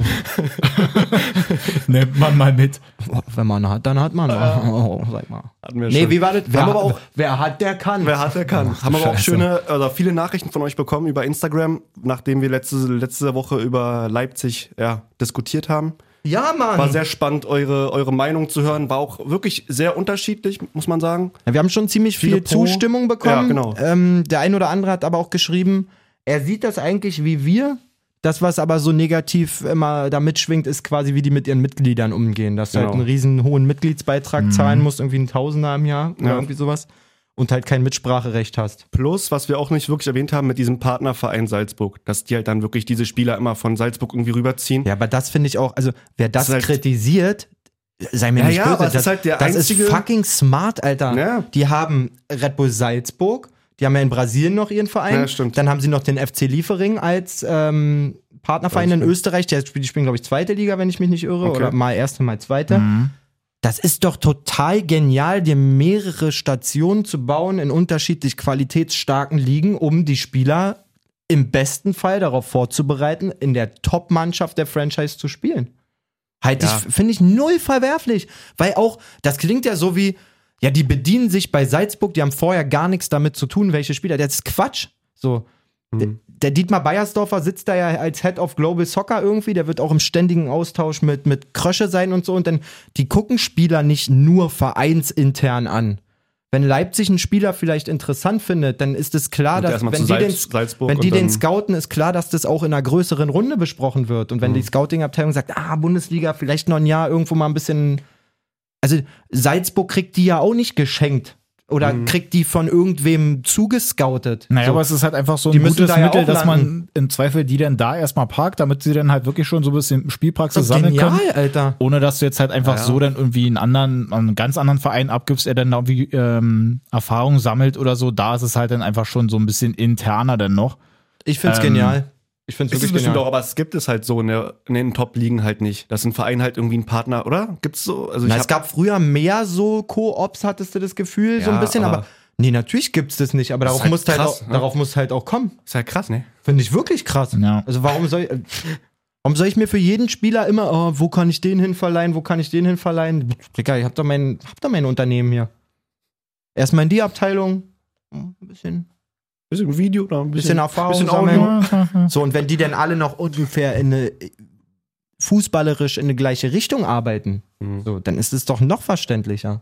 Nimmt man mal mit. Wenn man hat, dann hat man. Oh, sag mal. Hatten wir Nee, schon. wie war das? Wer, Haben aber auch- wer hat, der kann. Wer hat, der kann. Haben aber auch Scheiße. schöne, oder viele Nachrichten von euch bekommen über Instagram, nachdem wir letzte, letzte Woche über Leipzig ja, diskutiert haben. Ja, Mann. War sehr spannend, eure, eure Meinung zu hören. War auch wirklich sehr unterschiedlich, muss man sagen. Ja, wir haben schon ziemlich Viele viel Pro. Zustimmung bekommen. Ja, genau. Ähm, der ein oder andere hat aber auch geschrieben, er sieht das eigentlich wie wir. Das, was aber so negativ immer da mitschwingt, ist quasi, wie die mit ihren Mitgliedern umgehen. Dass du Genau. halt einen riesen hohen Mitgliedsbeitrag zahlen musst, irgendwie ein Tausender im Jahr oder Ja. irgendwie sowas. Und halt kein Mitspracherecht hast. Plus, was wir auch nicht wirklich erwähnt haben, mit diesem Partnerverein Salzburg, dass die halt dann wirklich diese Spieler immer von Salzburg irgendwie rüberziehen. Ja, aber das finde ich auch, also wer das, Das ist halt- kritisiert, sei mir Ja, nicht ja, böse. aber es das ist halt der das einzige- ist fucking smart, Alter. Ja. Die haben Red Bull Salzburg, die haben ja in Brasilien noch ihren Verein. Ja, stimmt. Dann haben sie noch den F C Liefering als ähm, Partnerverein in Österreich. Der spielt, die spielen, glaube ich, zweite Liga, wenn ich mich nicht irre. Okay. Oder mal erste, mal zweite. Mhm. Das ist doch total genial, dir mehrere Stationen zu bauen in unterschiedlich qualitätsstarken Ligen, um die Spieler im besten Fall darauf vorzubereiten, in der Top-Mannschaft der Franchise zu spielen. Halt, Ja. ich, finde ich null verwerflich. Weil auch, das klingt ja so wie, ja, die bedienen sich bei Salzburg, die haben vorher gar nichts damit zu tun, welche Spieler. Das ist Quatsch. So. Der, der Dietmar Beiersdorfer sitzt da ja als Head of Global Soccer irgendwie, der wird auch im ständigen Austausch mit, mit Krösche sein und so. Und dann, die gucken Spieler nicht nur vereinsintern an. Wenn Leipzig einen Spieler vielleicht interessant findet, dann ist es klar, Und dass erstmal wenn zu die, den, Salz- Salzburg wenn die und den dann- scouten, ist klar, dass das auch in einer größeren Runde besprochen wird. Und wenn Mhm. die Scouting-Abteilung sagt, ah, Bundesliga, vielleicht noch ein Jahr irgendwo mal ein bisschen. Also Salzburg kriegt die ja auch nicht geschenkt. Oder Mhm. kriegt die von irgendwem zugescoutet. Naja, So. aber es ist halt einfach so Die ein müssen gutes da ja Mittel, auch dass landen. man im Zweifel die dann da erstmal parkt, damit sie dann halt wirklich schon so ein bisschen Spielpraxis Das ist sammeln genial, können. Alter. Ohne dass du jetzt halt einfach Ja, ja. so dann irgendwie einen anderen, einen ganz anderen Verein abgibst, der dann da irgendwie ähm, Erfahrung sammelt oder so. Da ist es halt dann einfach schon so ein bisschen interner dann noch. Ich find's Ähm, genial. Ich find's Ist es wirklich bestimmt genial. auch, aber es gibt es halt so in, der, in den Top-Ligen halt nicht. Dass ein Verein halt irgendwie ein Partner, oder? Gibt's so? Also Na, ich es gab früher mehr so Co-ops, hattest du das Gefühl, so Ja, ein bisschen, aber, aber- nee, natürlich gibt's das nicht, aber Das darauf ist halt muss halt krass, auch, ne? darauf muss halt auch kommen. ist halt krass, ne? Finde ich wirklich krass. Ja. Also warum soll ich, äh, warum soll ich mir für jeden Spieler immer, oh, wo kann ich den hinverleihen, wo kann ich den hinverleihen? Digga, ich hab doch mein, hab doch mein Unternehmen hier. Erstmal in die Abteilung, ein bisschen, Bisschen Video oder ein bisschen Erfahrung bisschen sammeln. Audio. So, und wenn die dann alle noch ungefähr in eine, fußballerisch in eine gleiche Richtung arbeiten, Mhm. so, dann ist es doch noch verständlicher.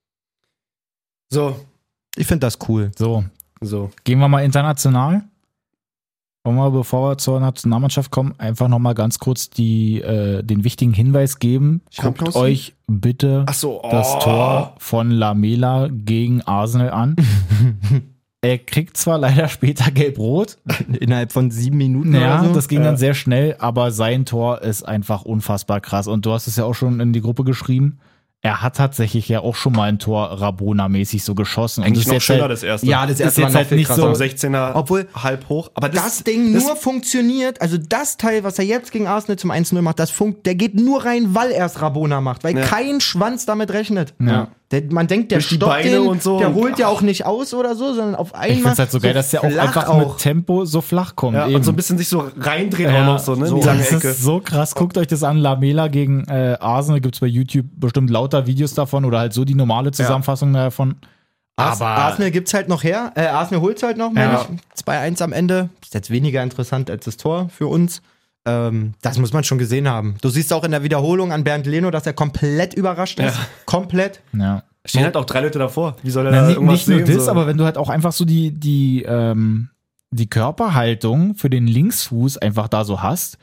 So, Ich finde das cool. So, so. gehen wir mal international. Wollen wir, bevor wir zur Nationalmannschaft kommen, einfach nochmal ganz kurz die, äh, den wichtigen Hinweis geben. Guckt Champions euch bitte Ach so, oh. das Tor von Lamela gegen Arsenal an. Er kriegt zwar leider später gelb-rot. Innerhalb von sieben Minuten Ja, oder so. das ging dann sehr schnell, aber sein Tor ist einfach unfassbar krass. Und du hast es ja auch schon in die Gruppe geschrieben. Er hat tatsächlich ja auch schon mal ein Tor Rabona-mäßig so geschossen. Eigentlich und noch das ist schöner, jetzt halt, das erste. Ja, das ist erste jetzt war noch halt viel nicht krasser. so- Am sechzehner Obwohl halb hoch. Aber das, das Ding das- nur funktioniert, also das Teil, was er jetzt gegen Arsenal zum eins null macht, das funkt, der geht nur rein, weil er es Rabona macht, weil Ja. kein Schwanz damit rechnet. Ja. Der, man denkt, der Durch die stoppt Beine den, und so der und- holt ja auch nicht aus oder so, sondern auf einmal ich finde es halt so geil, dass der auch flach einfach auch. mit Tempo so flach kommt. Ja, eben. und so ein bisschen sich so reindreht Ja, auch noch so, ne? in so, die lange das Ecke. ist so krass. Guckt euch das an. Lamela gegen äh, Arsenal gibt's bei YouTube bestimmt lauter Videos davon oder halt so die normale Zusammenfassung davon. Ars- Aber Arsenal gibt's halt noch her, äh, Arsenal holt's halt noch, meine Ja. ich. zwei eins am Ende. Ist jetzt weniger interessant als das Tor für uns. Ähm, das muss man schon gesehen haben. Du siehst auch in der Wiederholung an Bernd Leno, dass er komplett überrascht ist. Ja. Komplett. ja. Stehen halt auch drei Leute davor. Wie soll er Na, da nicht, irgendwas nicht nur sehen? das, so? aber wenn du halt auch einfach so die, die, ähm, die Körperhaltung für den Linksfuß einfach da so hast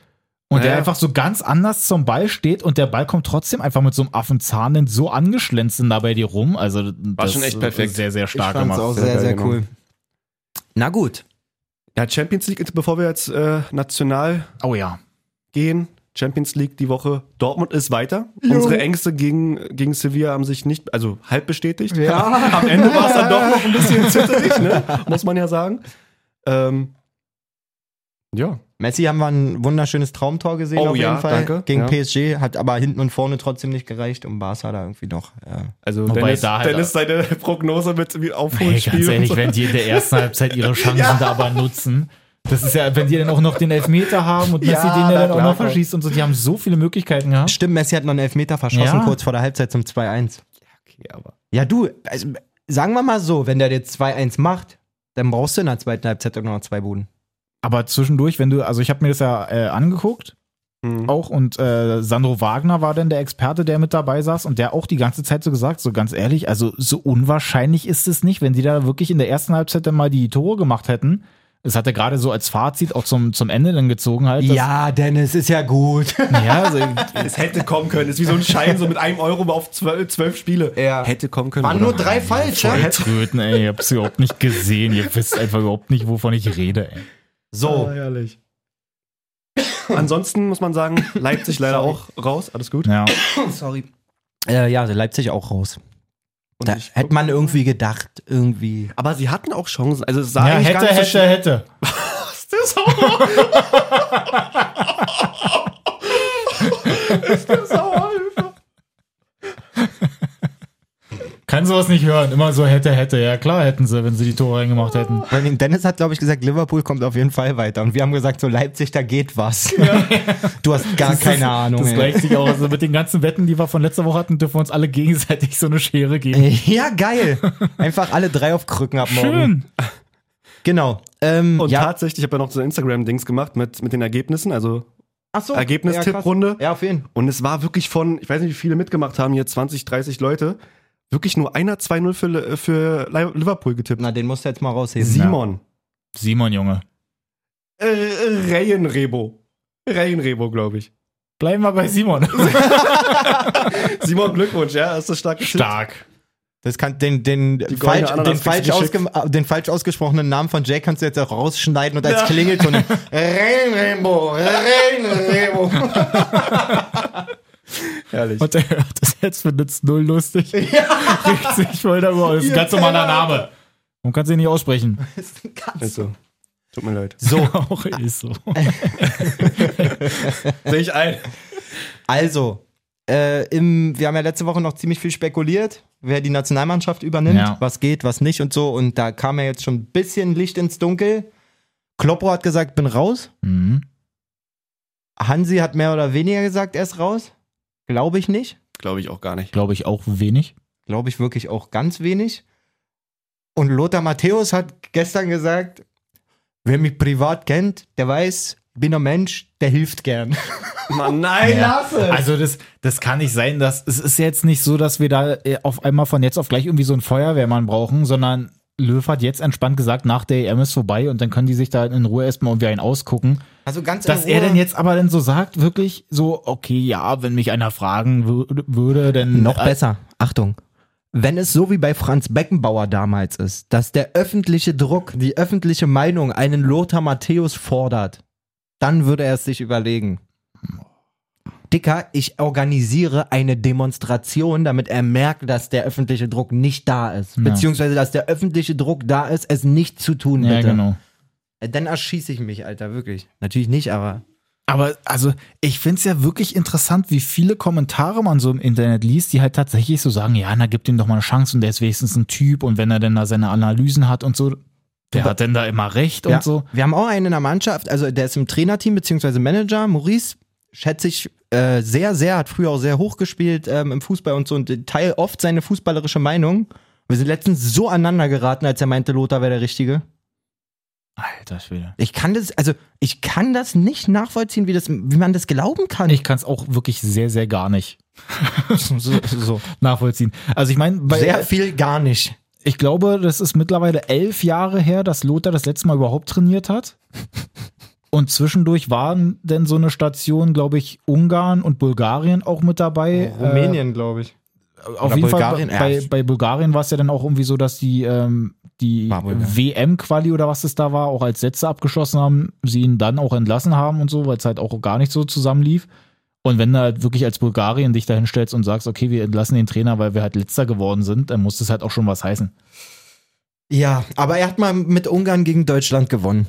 Und Ja, der ja. einfach so ganz anders zum Ball steht und der Ball kommt trotzdem einfach mit so einem Affenzahn so angeschlänzt da bei dir rum. Also das schon echt perfekt. Sehr, sehr Ich stark fand's gemacht. auch Sehr sehr, geil sehr gemacht. cool. Na gut. Ja, Champions League, bevor wir jetzt äh, national Oh ja. gehen. Champions League die Woche. Dortmund ist weiter. Unsere Ängste gegen, gegen Sevilla haben sich nicht, also halb bestätigt. Ja. Am Ende war es dann doch noch ein bisschen zitterig, ne? Muss man ja sagen. Ähm, ja. Messi haben wir ein wunderschönes Traumtor gesehen Oh auf jeden ja, Fall danke. gegen Ja. P S G, hat aber hinten und vorne trotzdem nicht gereicht und Barca da irgendwie noch. Ja. Also Wobei Dennis, da halt Dennis seine Prognose mit wie Hey, Aufholspiel. ganz ehrlich, und so. wenn die in der ersten Halbzeit ihre Chancen da aber nutzen, das ist ja, wenn die dann auch noch den Elfmeter haben und Messi Ja, den ja dann na auch klar. noch verschießt und so, die haben so viele Möglichkeiten gehabt. Stimmt, Messi hat noch einen Elfmeter verschossen Ja. kurz vor der Halbzeit zum zwei eins. Okay, aber Ja, du, also, sagen wir mal so, wenn der jetzt zwei eins macht, dann brauchst du in der zweiten Halbzeit auch noch zwei Buden. Aber zwischendurch, wenn du, also ich habe mir das ja äh, angeguckt, hm. auch und äh, Sandro Wagner war dann der Experte, der mit dabei saß und der auch die ganze Zeit so gesagt, so ganz ehrlich, also so unwahrscheinlich ist es nicht, wenn die da wirklich in der ersten Halbzeit dann mal die Tore gemacht hätten. Das hat er gerade so als Fazit auch zum, zum Ende dann gezogen halt. dass- Ja, Dennis, ist ja gut. ja also, Es hätte kommen können. Es ist wie so ein Schein, so mit einem Euro auf zwölf, zwölf Spiele. Ja. Hätte kommen können. Waren oder? nur drei falsch, ja? Tröten, ey, ihr habt's überhaupt nicht gesehen, ihr wisst einfach überhaupt nicht, wovon ich rede, ey. So, Ah, herrlich. Ansonsten muss man sagen, Leipzig leider Sorry. auch raus. Alles gut. Ja. sorry. Äh, ja, Leipzig auch raus. Und Da ich- hätte man irgendwie gedacht, irgendwie. Aber sie hatten auch Chancen. Also es sah Ja, eigentlich hätte, gar nicht so hätte, schlecht- hätte. Ist das auch Ist das sauer, Hilfe? Kann sowas nicht hören, immer so hätte, hätte. Ja klar hätten sie, wenn sie die Tore reingemacht hätten. Vor allem Dennis hat, glaube ich, gesagt, Liverpool kommt auf jeden Fall weiter. Und wir haben gesagt, so Leipzig, da geht was. Du hast gar keine Ahnung. Das ey. gleicht sich auch, also mit den ganzen Wetten, die wir von letzter Woche hatten, dürfen wir uns alle gegenseitig so eine Schere geben. Ja, geil. Einfach alle drei auf Krücken ab morgen. Schön. Genau. Ähm, Und ja. tatsächlich, ich habe ja noch so Instagram-Dings gemacht mit, mit den Ergebnissen, also Ach so. Ergebnistipprunde. Ja, krass. Ja, auf jeden Fall. Und es war wirklich von, ich weiß nicht, wie viele mitgemacht haben, hier zwanzig, dreißig Leute, wirklich nur einer zwei null für, für Liverpool getippt. Na, den musst du jetzt mal rausheben. Simon. Simon, Junge. Äh, Reihenrebo. Reihenrebo, glaube ich. Bleiben wir bei Simon. Simon, Glückwunsch, ja, hast du stark getippt. Stark. Das kann, den, den, goldene falsch, Ananas den, falsch kriegst du ausge, den falsch ausgesprochenen Namen von Jay kannst du jetzt auch rausschneiden und als Klingelton. Rainbow, Rainbow. Herrlich. Und er hört das jetzt, findet es null lustig. Ja. Regt sich voll darüber. Das ist ein ganz normaler Name. Man kann sie nicht aussprechen. Ist so. Tut mir leid. So, Auch ist so. Sehe ich ein. also, äh, im, wir haben ja letzte Woche noch ziemlich viel spekuliert, wer die Nationalmannschaft übernimmt, Ja. was geht, was nicht und so. Und da kam ja jetzt schon ein bisschen Licht ins Dunkel. Kloppo hat gesagt, bin raus. Mhm. Hansi hat mehr oder weniger gesagt, er ist raus. Glaube ich nicht. Glaube ich auch gar nicht. Glaube ich auch wenig. Glaube ich wirklich auch ganz wenig. Und Lothar Matthäus hat gestern gesagt, wer mich privat kennt, der weiß, ich bin ein Mensch, der hilft gern. Mann, nein, lass es. Also das, das kann nicht sein, dass es ist jetzt nicht so, dass wir da äh, auf einmal von jetzt auf gleich irgendwie so einen Feuerwehrmann brauchen, sondern Löw hat jetzt entspannt gesagt, nach der E M ist vorbei und dann können die sich da in Ruhe erstmal irgendwie einen ausgucken. Also ganz Dass in er Ruhe- denn jetzt aber dann so sagt, wirklich so, okay, ja, wenn mich einer fragen wür- würde, dann Noch äh, besser, Achtung. Wenn es so wie bei Franz Beckenbauer damals ist, dass der öffentliche Druck, die öffentliche Meinung einen Lothar Matthäus fordert, dann würde er es sich überlegen. Dicker, ich organisiere eine Demonstration, damit er merkt, dass der öffentliche Druck nicht da ist. Ja. Beziehungsweise, dass der öffentliche Druck da ist, es nicht zu tun, Ja, bitte. genau. Äh, Dann erschieße ich mich, Alter, wirklich. Natürlich nicht, aber... Aber also, ich find's ja wirklich interessant, wie viele Kommentare man so im Internet liest, die halt tatsächlich so sagen, ja, na, gib ihm doch mal eine Chance und der ist wenigstens ein Typ und wenn er denn da seine Analysen hat und so, der hat denn da immer recht Ja, und so. wir haben auch einen in der Mannschaft, also der ist im Trainerteam beziehungsweise Manager, Maurice, schätze ich äh, sehr, sehr, hat früher auch sehr hoch gespielt ähm, im Fußball und so und teilt oft seine fußballerische Meinung. Wir sind letztens so aneinander geraten, als er meinte, Lothar wäre der Richtige. Alter Schwede. Ich kann das, also ich kann das nicht nachvollziehen, wie, das, wie man das glauben kann. Ich kann's auch wirklich sehr, sehr gar nicht so, so. nachvollziehen. Also ich meine, Sehr viel gar nicht. ich glaube, das ist mittlerweile elf Jahre her, dass Lothar das letzte Mal überhaupt trainiert hat. Und zwischendurch waren denn so eine Station, glaube ich, Ungarn und Bulgarien auch mit dabei. Rumänien, glaube ich. Äh, auf Oder jeden Bulgarien, Fall, bei, ja. bei, bei Bulgarien war es ja dann auch irgendwie so, dass die, ähm, die War Bulgarien. W M-Quali oder was es da war, auch als Sätze abgeschlossen haben, sie ihn dann auch entlassen haben und so, weil es halt auch gar nicht so zusammenlief. Und wenn du halt wirklich als Bulgarien dich da hinstellst und sagst, okay, wir entlassen den Trainer, weil wir halt Letzter geworden sind, dann muss das halt auch schon was heißen. Ja, aber er hat mal mit Ungarn gegen Deutschland gewonnen.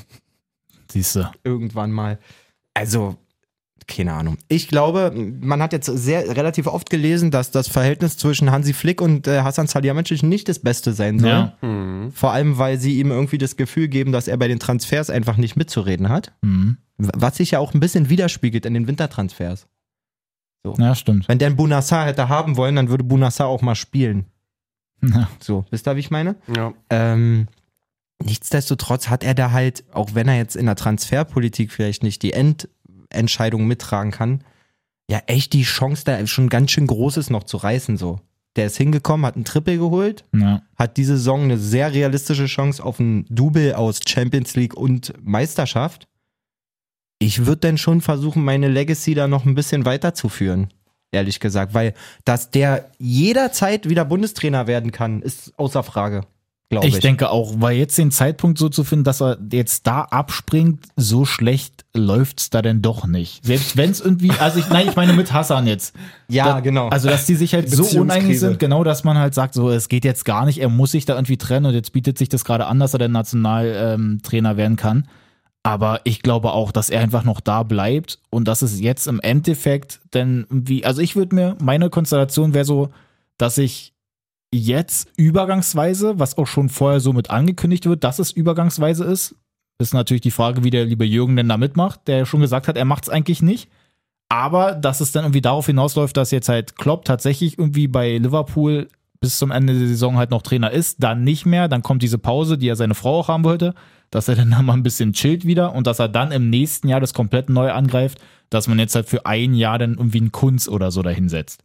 Siehst du. Irgendwann mal. Also, keine Ahnung. Ich glaube, man hat jetzt sehr relativ oft gelesen, dass das Verhältnis zwischen Hansi Flick und äh, Hasan Salihamidzic nicht das Beste sein soll. Ja. Mhm. Vor allem, weil sie ihm irgendwie das Gefühl geben, dass er bei den Transfers einfach nicht mitzureden hat. Mhm. Was sich ja auch ein bisschen widerspiegelt in den Wintertransfers. Ja, stimmt. Wenn der einen Bunassar hätte haben wollen, dann würde Bunassar auch mal spielen. Ja. So, wisst ihr, wie ich meine? Ja. Ähm, nichtsdestotrotz hat er da halt, auch wenn er jetzt in der Transferpolitik vielleicht nicht die Endentscheidung mittragen kann, ja echt die Chance, da schon ganz schön Großes noch zu reißen. So. Der ist hingekommen, hat einen Triple geholt, Ja. hat diese Saison eine sehr realistische Chance auf ein Double aus Champions League und Meisterschaft. Ich würde dann schon versuchen, meine Legacy da noch ein bisschen weiterzuführen, ehrlich gesagt, weil dass der jederzeit wieder Bundestrainer werden kann, ist außer Frage, glaube ich. Ich denke auch, weil jetzt den Zeitpunkt so zu finden, dass er jetzt da abspringt, so schlecht läuft's da denn doch nicht. Selbst wenn es irgendwie, also ich, nein, ich meine mit Hassan jetzt. Ja, Da- genau. Also, dass die sich halt so Beziehungskrise. uneinig sind, genau, dass man halt sagt, so, es geht jetzt gar nicht, er muss sich da irgendwie trennen und jetzt bietet sich das gerade an, dass er der Nationaltrainer ähm, Trainer werden kann. Aber ich glaube auch, dass er einfach noch da bleibt und dass es jetzt im Endeffekt denn wie, also ich würde mir, meine Konstellation wäre so, dass ich jetzt übergangsweise, was auch schon vorher so mit angekündigt wird, dass es übergangsweise ist, ist natürlich die Frage, wie der liebe Jürgen denn da mitmacht, der schon gesagt hat, er macht es eigentlich nicht. Aber dass es dann irgendwie darauf hinausläuft, dass jetzt halt Klopp tatsächlich irgendwie bei Liverpool bis zum Ende der Saison halt noch Trainer ist, dann nicht mehr, dann kommt diese Pause, die ja seine Frau auch haben wollte, dass er dann mal ein bisschen chillt wieder und dass er dann im nächsten Jahr das komplett neu angreift, dass man jetzt halt für ein Jahr dann irgendwie einen Kunz oder so dahinsetzt.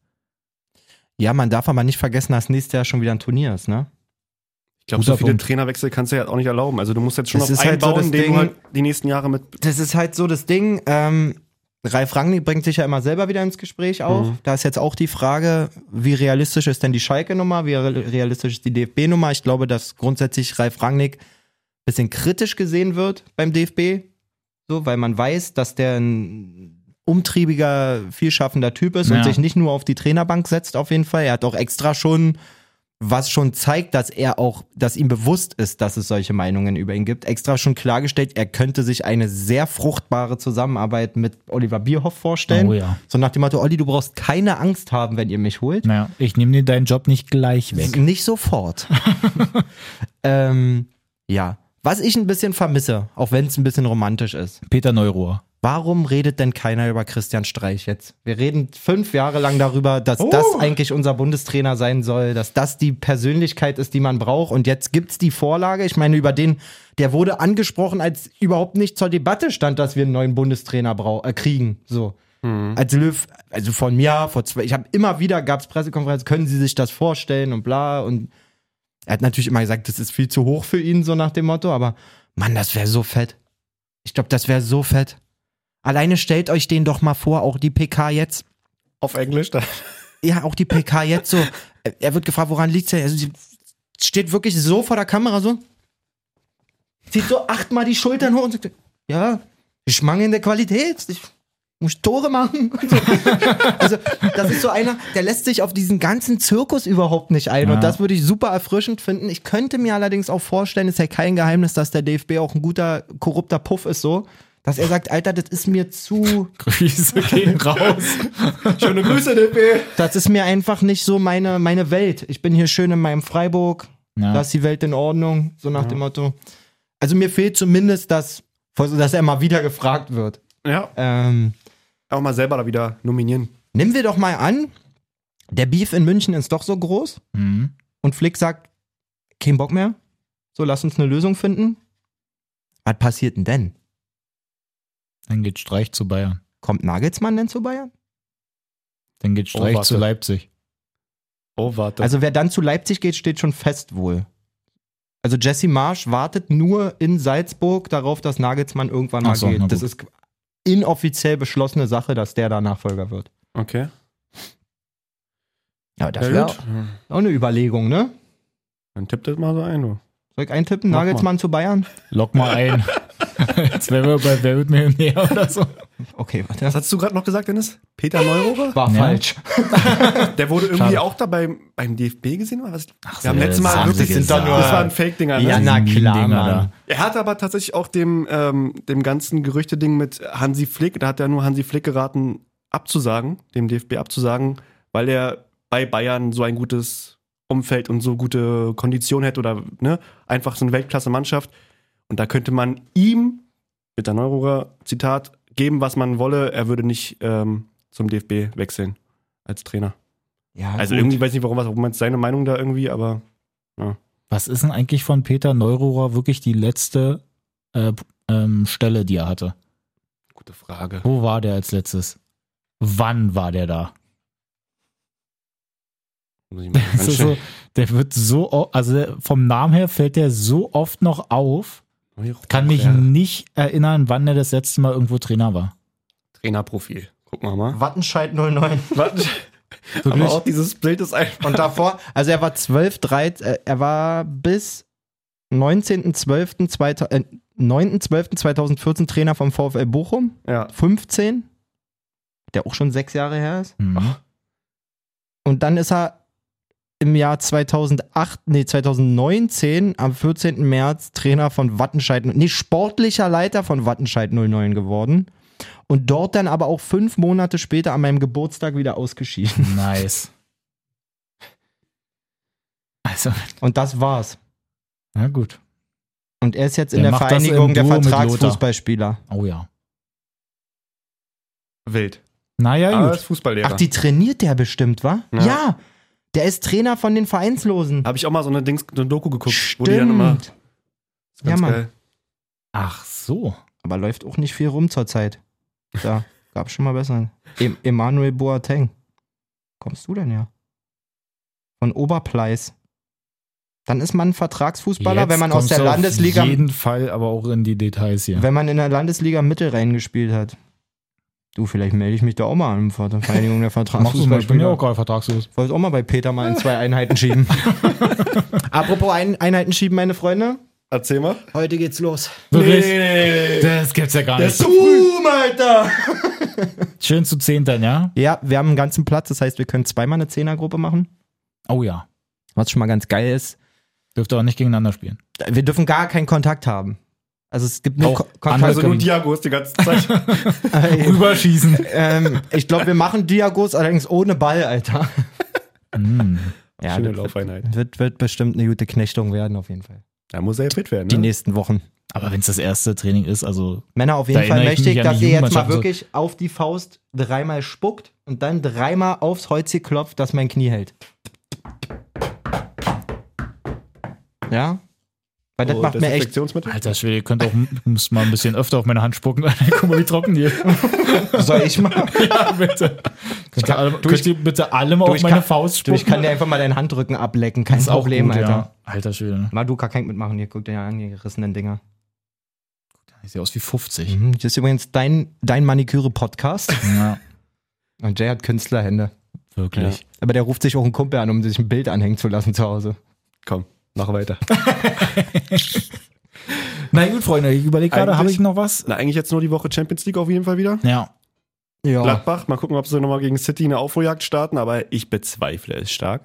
Ja, man darf aber nicht vergessen, dass nächstes Jahr schon wieder ein Turnier ist, ne? Ich glaube, Guter so viele Punkt. Trainerwechsel kannst du ja auch nicht erlauben. Also du musst jetzt schon Das auf ist einen halt so bauen, das den Ding- du halt die nächsten Jahre mit. Das ist halt so das Ding, ähm, Ralf Rangnick bringt sich ja immer selber wieder ins Gespräch auch. Mhm. Da ist jetzt auch die Frage, wie realistisch ist denn die Schalke-Nummer, wie realistisch ist die D F B-Nummer. Ich glaube, dass grundsätzlich Ralf Rangnick ein bisschen kritisch gesehen wird beim D F B, so, weil man weiß, dass der ein umtriebiger, vielschaffender Typ ist Ja. und sich nicht nur auf die Trainerbank setzt auf jeden Fall. Er hat auch extra schon, was schon zeigt, dass er auch, dass ihm bewusst ist, dass es solche Meinungen über ihn gibt, extra schon klargestellt, er könnte sich eine sehr fruchtbare Zusammenarbeit mit Oliver Bierhoff vorstellen. Oh ja. So nach dem Motto, Olli, du brauchst keine Angst haben, wenn ihr mich holt. Naja, ich nehme dir deinen Job nicht gleich weg. Nicht sofort. ähm, ja. Was ich ein bisschen vermisse, auch wenn es ein bisschen romantisch ist. Peter Neurohr. Warum redet denn keiner über Christian Streich jetzt? Wir reden fünf Jahre lang darüber, dass das eigentlich unser Bundestrainer sein soll, dass das die Persönlichkeit ist, die man braucht. Und jetzt gibt's die Vorlage. Ich meine, über den, der wurde angesprochen, als überhaupt nicht zur Debatte stand, dass wir einen neuen Bundestrainer brau äh, kriegen. So. Als Löw, also von mir, vor zwei, ich habe immer wieder, gab's Pressekonferenz, können Sie sich das vorstellen und bla. Und er hat natürlich immer gesagt, das ist viel zu hoch für ihn, so nach dem Motto. Aber Mann, das wäre so fett. Ich glaube, das wäre so fett. Alleine stellt euch den doch mal vor, auch die P K jetzt. Auf Englisch da. Ja, auch die P K jetzt so. Er wird gefragt, woran liegt's denn? Also, sie steht wirklich so vor der Kamera so. Zieht so achtmal die Schultern hoch und sagt, ja, ich mangelnde Qualität. Ich muss Tore machen. Und so. Also, das ist so einer, der lässt sich auf diesen ganzen Zirkus überhaupt nicht ein. Ja. Und das würde ich super erfrischend finden. Ich könnte mir allerdings auch vorstellen, ist ja kein Geheimnis, dass der D F B auch ein guter, korrupter Puff ist so. Dass er sagt, Alter, das ist mir zu, Grüße gehen raus. Schöne Grüße, D F B. das ist mir einfach nicht so meine, meine Welt. Ich bin hier schön in meinem Freiburg, Ja. da ist die Welt in Ordnung, so nach dem Motto. Also mir fehlt zumindest, dass, dass er mal wieder gefragt wird. Ja. Ähm, Auch mal selber da wieder nominieren. nehmen wir doch mal an, der Beef in München ist doch so groß Mhm. und Flick sagt, kein Bock mehr, so lass uns eine Lösung finden. Was passiert denn denn? Dann geht Streich zu Bayern. Kommt Nagelsmann denn zu Bayern? Dann geht Streich Oh, warte. zu Leipzig. Oh, warte. Also wer dann zu Leipzig geht, steht schon fest wohl. Also Jesse Marsch wartet nur in Salzburg darauf, dass Nagelsmann irgendwann mal Ach so, geht. na Das gut. ist inoffiziell beschlossene Sache, dass der da Nachfolger wird. Okay. Ja, das Ja, wäre gut. auch eine Überlegung, ne? Dann tippt das mal so ein, du. Soll ich eintippen? Mach Nagelsmann zu Bayern? Lock mal ein. Jetzt wären wir bei Wer wird Millionär oder so. Okay, warte. Was hast du gerade noch gesagt, Dennis? Peter Neururer? War Ja. falsch. Der wurde irgendwie Schade. auch da beim, beim D F B gesehen, oder was? Ach Wir haben letztes Mal haben wirklich, sie sind da gesagt. nur, das war ein Fake-Dinger, ne? Ja, na klar, Dinger Mann. Er hat aber tatsächlich auch dem, ähm, dem ganzen Gerüchte-Ding mit Hansi Flick, da hat er nur Hansi Flick geraten, abzusagen, dem D F B abzusagen, weil er bei Bayern so ein gutes Umfeld und so gute Kondition hätte oder ne, einfach so eine Weltklasse-Mannschaft. Und da könnte man ihm, mit der Neururer, Zitat, geben, was man wolle, er würde nicht ähm, zum D F B wechseln als Trainer. Ja, Also gut. irgendwie weiß nicht, warum was, warum jetzt seine Meinung da irgendwie, aber Was ist denn eigentlich von Peter Neururer wirklich die letzte äh, ähm, Stelle, die er hatte? gute Frage. Wo war der als letztes? Wann war der da? Muss ich mal Das ganz ist schnell- so, der wird so, o- also der- vom Namen her fällt der so oft noch auf. Kann mich Ja. nicht erinnern, wann er das letzte Mal irgendwo Trainer war. Trainerprofil. Gucken wir mal. Wattenscheid null neun. Was? Aber auch dieses Bild ist einfach. Und davor, also er war zwölf, dreizehn, äh, er war bis neunzehnten zwölften zweitausendvierzehn Trainer vom VfL Bochum. Ja. fünfzehn, der auch schon sechs Jahre her ist. Mhm. Und dann ist er im Jahr zweitausendacht, nee, zweitausendneunzehn am vierzehnten März Trainer von Wattenscheid, nee, sportlicher Leiter von Wattenscheid null neun geworden. Und dort dann aber auch fünf Monate später an meinem Geburtstag wieder ausgeschieden. Nice. Also, Und das war's. na gut. Und er ist jetzt in Der der macht das Vereinigung im der Duo mit Vertragsfußballspieler. Oh ja. Wild. Naja, Aber er gut. ist Fußballlehrer. Ach, die trainiert der bestimmt, wa? Ja. Ja. Der ist Trainer von den Vereinslosen. Habe ich auch mal so eine, Dings, so eine Doku geguckt, wo die dann immer. Stimmt. ist ganz Ja, Mann. geil. Ach so. Aber läuft auch nicht viel rum zurzeit. Da gab's schon mal besser. Em Emanuel Boateng. Kommst du denn ja? Von Oberpleis. Dann ist man Vertragsfußballer, Jetzt wenn man aus kommst der du Landesliga, Auf jeden Fall aber auch in die Details hier. wenn man in der Landesliga Mittelrhein gespielt hat. Du, vielleicht melde ich mich da auch mal an der Vereinigung der Machst du mal, ich bin ja Vertragsfußballspieler. auch gerade vertragslos. Wollte auch mal bei Peter mal in zwei Einheiten schieben. Apropos ein Einheiten schieben, meine Freunde. Erzähl mal. Heute geht's los. Wirklich? nee, Das gibt's ja gar nicht. Boom, Alter! Schön zu zehntern, ja? Ja, wir haben einen ganzen Platz, das heißt, wir können zweimal eine Zehnergruppe machen. Oh ja. Was schon mal ganz geil ist. Dürfte auch nicht gegeneinander spielen. Wir dürfen gar keinen Kontakt haben. Also es gibt nur Auch Ko Kontakt. andere Also nur können- Diagos die ganze Zeit. Rüberschießen. ähm, ich glaube, wir machen Diagos, allerdings ohne Ball, Alter. mm. Ja, Schöne das Laufeinheit. wird, wird bestimmt eine gute Knechtung werden, auf jeden Fall. Da muss er ja fit werden, Die ne? nächsten Wochen. Aber wenn es das erste Training ist, also Männer, auf jeden Da Fall erinnere ich möchte ich, mich an dass die ihr jetzt mal Jugendmannschaften so. wirklich auf die Faust dreimal spuckt und dann dreimal aufs Holz hier klopft, dass mein Knie hält. Ja? Weil das Oh, macht mir echt. Desinfektionsmittel? alter Schwede, ihr könnt auch müsst mal ein bisschen öfter auf meine Hand spucken. Guck mal, wie trocken die ist. Soll ich mal? Ja, bitte. Könnt ihr, alle, du, könnt ihr bitte alle mal du, auf ich meine kann- Faust Du, spucken? ich kann dir einfach mal deinen Handrücken ablecken, kein Das ist auch Problem, gut, Alter. Ja. Alter Schwede. Maduka kann ich mitmachen, hier, guck dir ja an, die gerissenen Dinger. Ich sehe aus wie fünfzig. Mhm. Das ist übrigens dein, dein Maniküre-Podcast. Ja, Und Jay hat Künstlerhände. wirklich. Aber der ruft sich auch einen Kumpel an, um sich ein Bild anhängen zu lassen zu Hause. Komm, mach weiter. Na gut, Freunde, ich überlege gerade, Eigentlich- habe ich noch was? Na, eigentlich jetzt nur die Woche Champions League auf jeden Fall wieder. Ja. Ja. Gladbach, mal gucken, ob sie nochmal gegen City eine Aufholjagd starten, aber ich bezweifle es stark.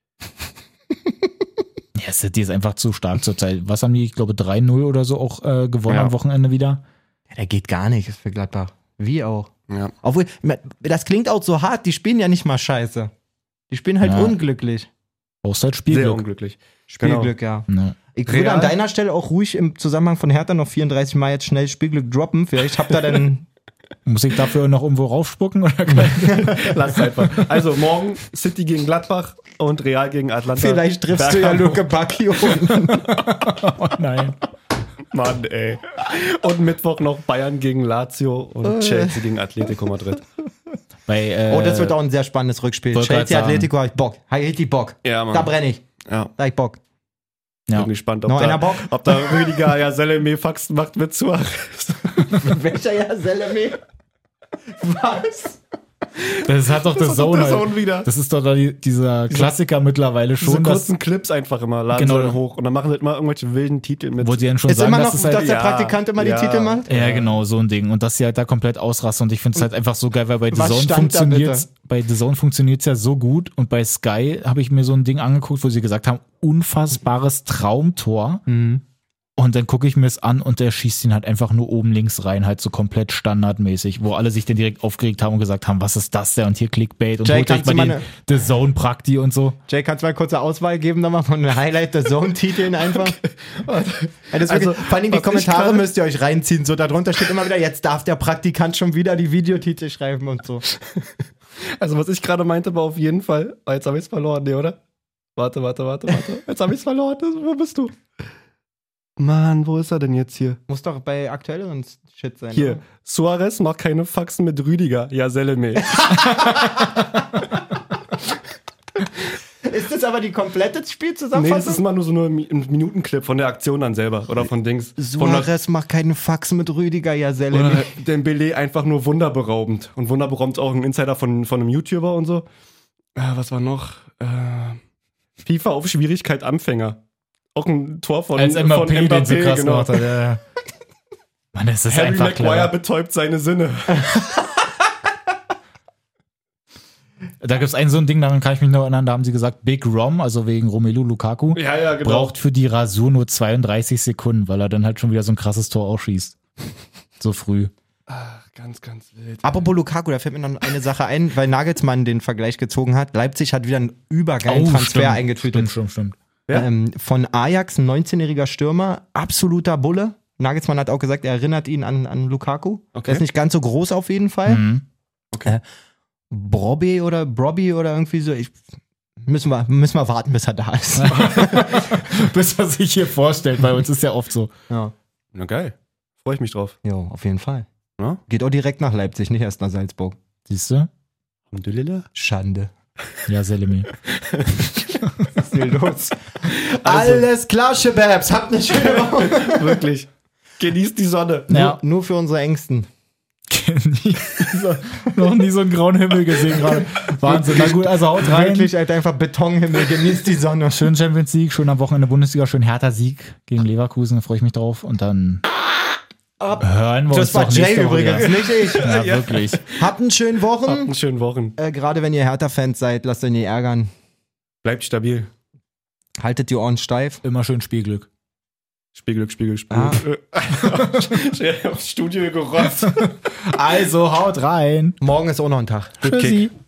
Ja, City ist einfach zu stark zurzeit. Was haben die, ich glaube, drei null oder so auch äh, gewonnen Ja. am Wochenende wieder? Ja, der geht gar nicht für Gladbach. Wie auch. Ja. Obwohl, das klingt auch so hart, die spielen ja nicht mal scheiße. Die spielen halt Ja. unglücklich. Brauchst halt Sehr Spielglück. unglücklich. Spielglück, ja. Ne. Ich würde Real? an deiner Stelle auch ruhig im Zusammenhang von Hertha noch vierunddreißig Mal jetzt schnell Spielglück droppen. Vielleicht habt ihr dann. Muss ich dafür noch irgendwo raufspucken? Oder kann ich- Lass einfach. Also morgen City gegen Gladbach und Real gegen Atlanta. Vielleicht triffst du ja Bergamo. Luke Bacchio. Oh nein. Mann, ey. Und Mittwoch noch Bayern gegen Lazio und Chelsea gegen Atletico Madrid. Bei, äh, Oh, das wird auch ein sehr spannendes Rückspiel. wollte grad Chelsea sagen. Atletico, hab ich Bock. Hab ich richtig Bock. Ja, Mann. Da brenne ich. Ja. Da hab ich Bock. Ja. Bin gespannt, ob Noch einer da, Bock? ob da Rüdiger Yaseleme Faxen macht mit Suarez. Welcher ja Seleme? Was? Das hat doch The Das Zone. hat The halt. Zone wieder. Das ist doch da die, dieser Klassiker mittlerweile Diese schon, dass, kurzen Clips einfach immer, laden Genau. sie dann hoch und dann machen sie halt immer irgendwelche wilden Titel mit. wo die dann schon Ist sagen, immer noch, dass es dass halt, der ja, Praktikant immer ja. die Titel macht? ja, genau, so ein Ding. Und dass sie halt da komplett ausrasten. Und ich finde es halt einfach so geil, weil bei The Was Zone stand da funktioniert bei The Zone funktioniert's ja so gut. Und bei Sky habe ich mir so ein Ding angeguckt, wo sie gesagt haben, unfassbares Traumtor. Mhm. Und dann gucke ich mir es an und der schießt ihn halt einfach nur oben links rein, halt so komplett standardmäßig, wo alle sich dann direkt aufgeregt haben und gesagt haben, was ist das denn? Und hier Clickbait und Jay, holt euch kannst mal du mal den eine- The Zone Prakti und so. Jay, kannst du mal eine kurze Auswahl geben nochmal von den Highlight der Zone-Titeln einfach? Ja, das ist Also, wirklich, vor allem die was ich Kommentare gerade- müsst ihr euch reinziehen. So, darunter steht immer wieder, jetzt darf der Praktikant schon wieder die Videotitel schreiben und so. Also was ich gerade meinte, war auf jeden Fall, oh, jetzt habe ich es verloren, nee, oder? Warte, warte, warte, warte. Jetzt habe ich es verloren. Wo bist du? Mann, wo ist er denn jetzt hier? Muss doch bei aktuelleren Shit sein. Hier, Oder? Suarez macht keine Faxen mit Rüdiger. Ja, Seleme. Ist das aber die komplette Nee, das ist Spielzusammenfassung? immer nur so nur ein Minutenclip von der Aktion dann selber. Oder von Dings. Von der, Suarez macht keine Faxen mit Rüdiger, ja, Selene. oder Dembele einfach nur wunderberaubend. Und wunderberaubend ist auch ein Insider von, von einem YouTuber und so. Äh, was war noch? Äh, FIFA auf Schwierigkeit Anfänger. Auch ein Tor von, Als von Mbappé, den so krass genau. gemacht hat. Ja, ja. Mann, das ist Harry einfach Maguire klar. betäubt seine Sinne. Da gibt es ein so ein Ding, daran kann ich mich noch erinnern, da haben sie gesagt, Big Rom, also wegen Romelu Lukaku, Ja, ja, genau. braucht für die Rasur nur zweiunddreißig Sekunden, weil er dann halt schon wieder so ein krasses Tor ausschießt. So früh. Ach, ganz, ganz wild. Apropos Lukaku, da fällt mir noch eine Sache ein, weil Nagelsmann den Vergleich gezogen hat. Leipzig hat wieder einen übergeilen Transfer stimmt, eingetütet. Stimmt, stimmt, stimmt. Ja? Ähm, von Ajax, ein neunzehnjähriger Stürmer, absoluter Bulle. Nagelsmann hat auch gesagt, er erinnert ihn an, an Lukaku. Okay. Der ist nicht ganz so groß auf jeden Fall. Mhm. Äh, Brobby oder Brobby oder irgendwie so. Ich, müssen, wir, müssen wir warten, bis er da ist. Bis er sich hier vorstellt, bei uns ist ja oft so. Ja. Na geil. Freue ich mich drauf. Jo, auf jeden Fall. Ja? Geht auch direkt nach Leipzig, nicht erst nach Salzburg. Siehst du? Alhamdulillah. Schande. Ja, Selemi. Was ist hier los? Also- Alles klar, Shababs. Habt eine schöne Woche. Wirklich. Genießt die Sonne. Ja. Nur, nur für unsere Ängsten. nie so, noch nie so einen grauen Himmel gesehen gerade. Wahnsinn. Na gut, also haut rein. Wirklich, Alter, einfach Betonhimmel. Genießt die Sonne. Schön Champions League, schön am Wochenende Bundesliga, schön Hertha Sieg gegen Leverkusen, da freue ich mich drauf. Und dann hören wir Das uns war doch Jay nächste Woche übrigens, wieder. nicht ich. Ja, wirklich. Habt einen schönen Habt Wochen. einen schönen Wochen. Äh, Gerade wenn ihr Hertha-Fans seid, lasst euch nicht ärgern. Bleibt stabil. Haltet die Ohren steif. Immer schön Spielglück. Spielglück, Spiegel, Spiegel. Ah. Schnell aufs Studio gerotzt. Also haut rein. Morgen ist auch noch ein Tag. Good Kick. Tschüssi.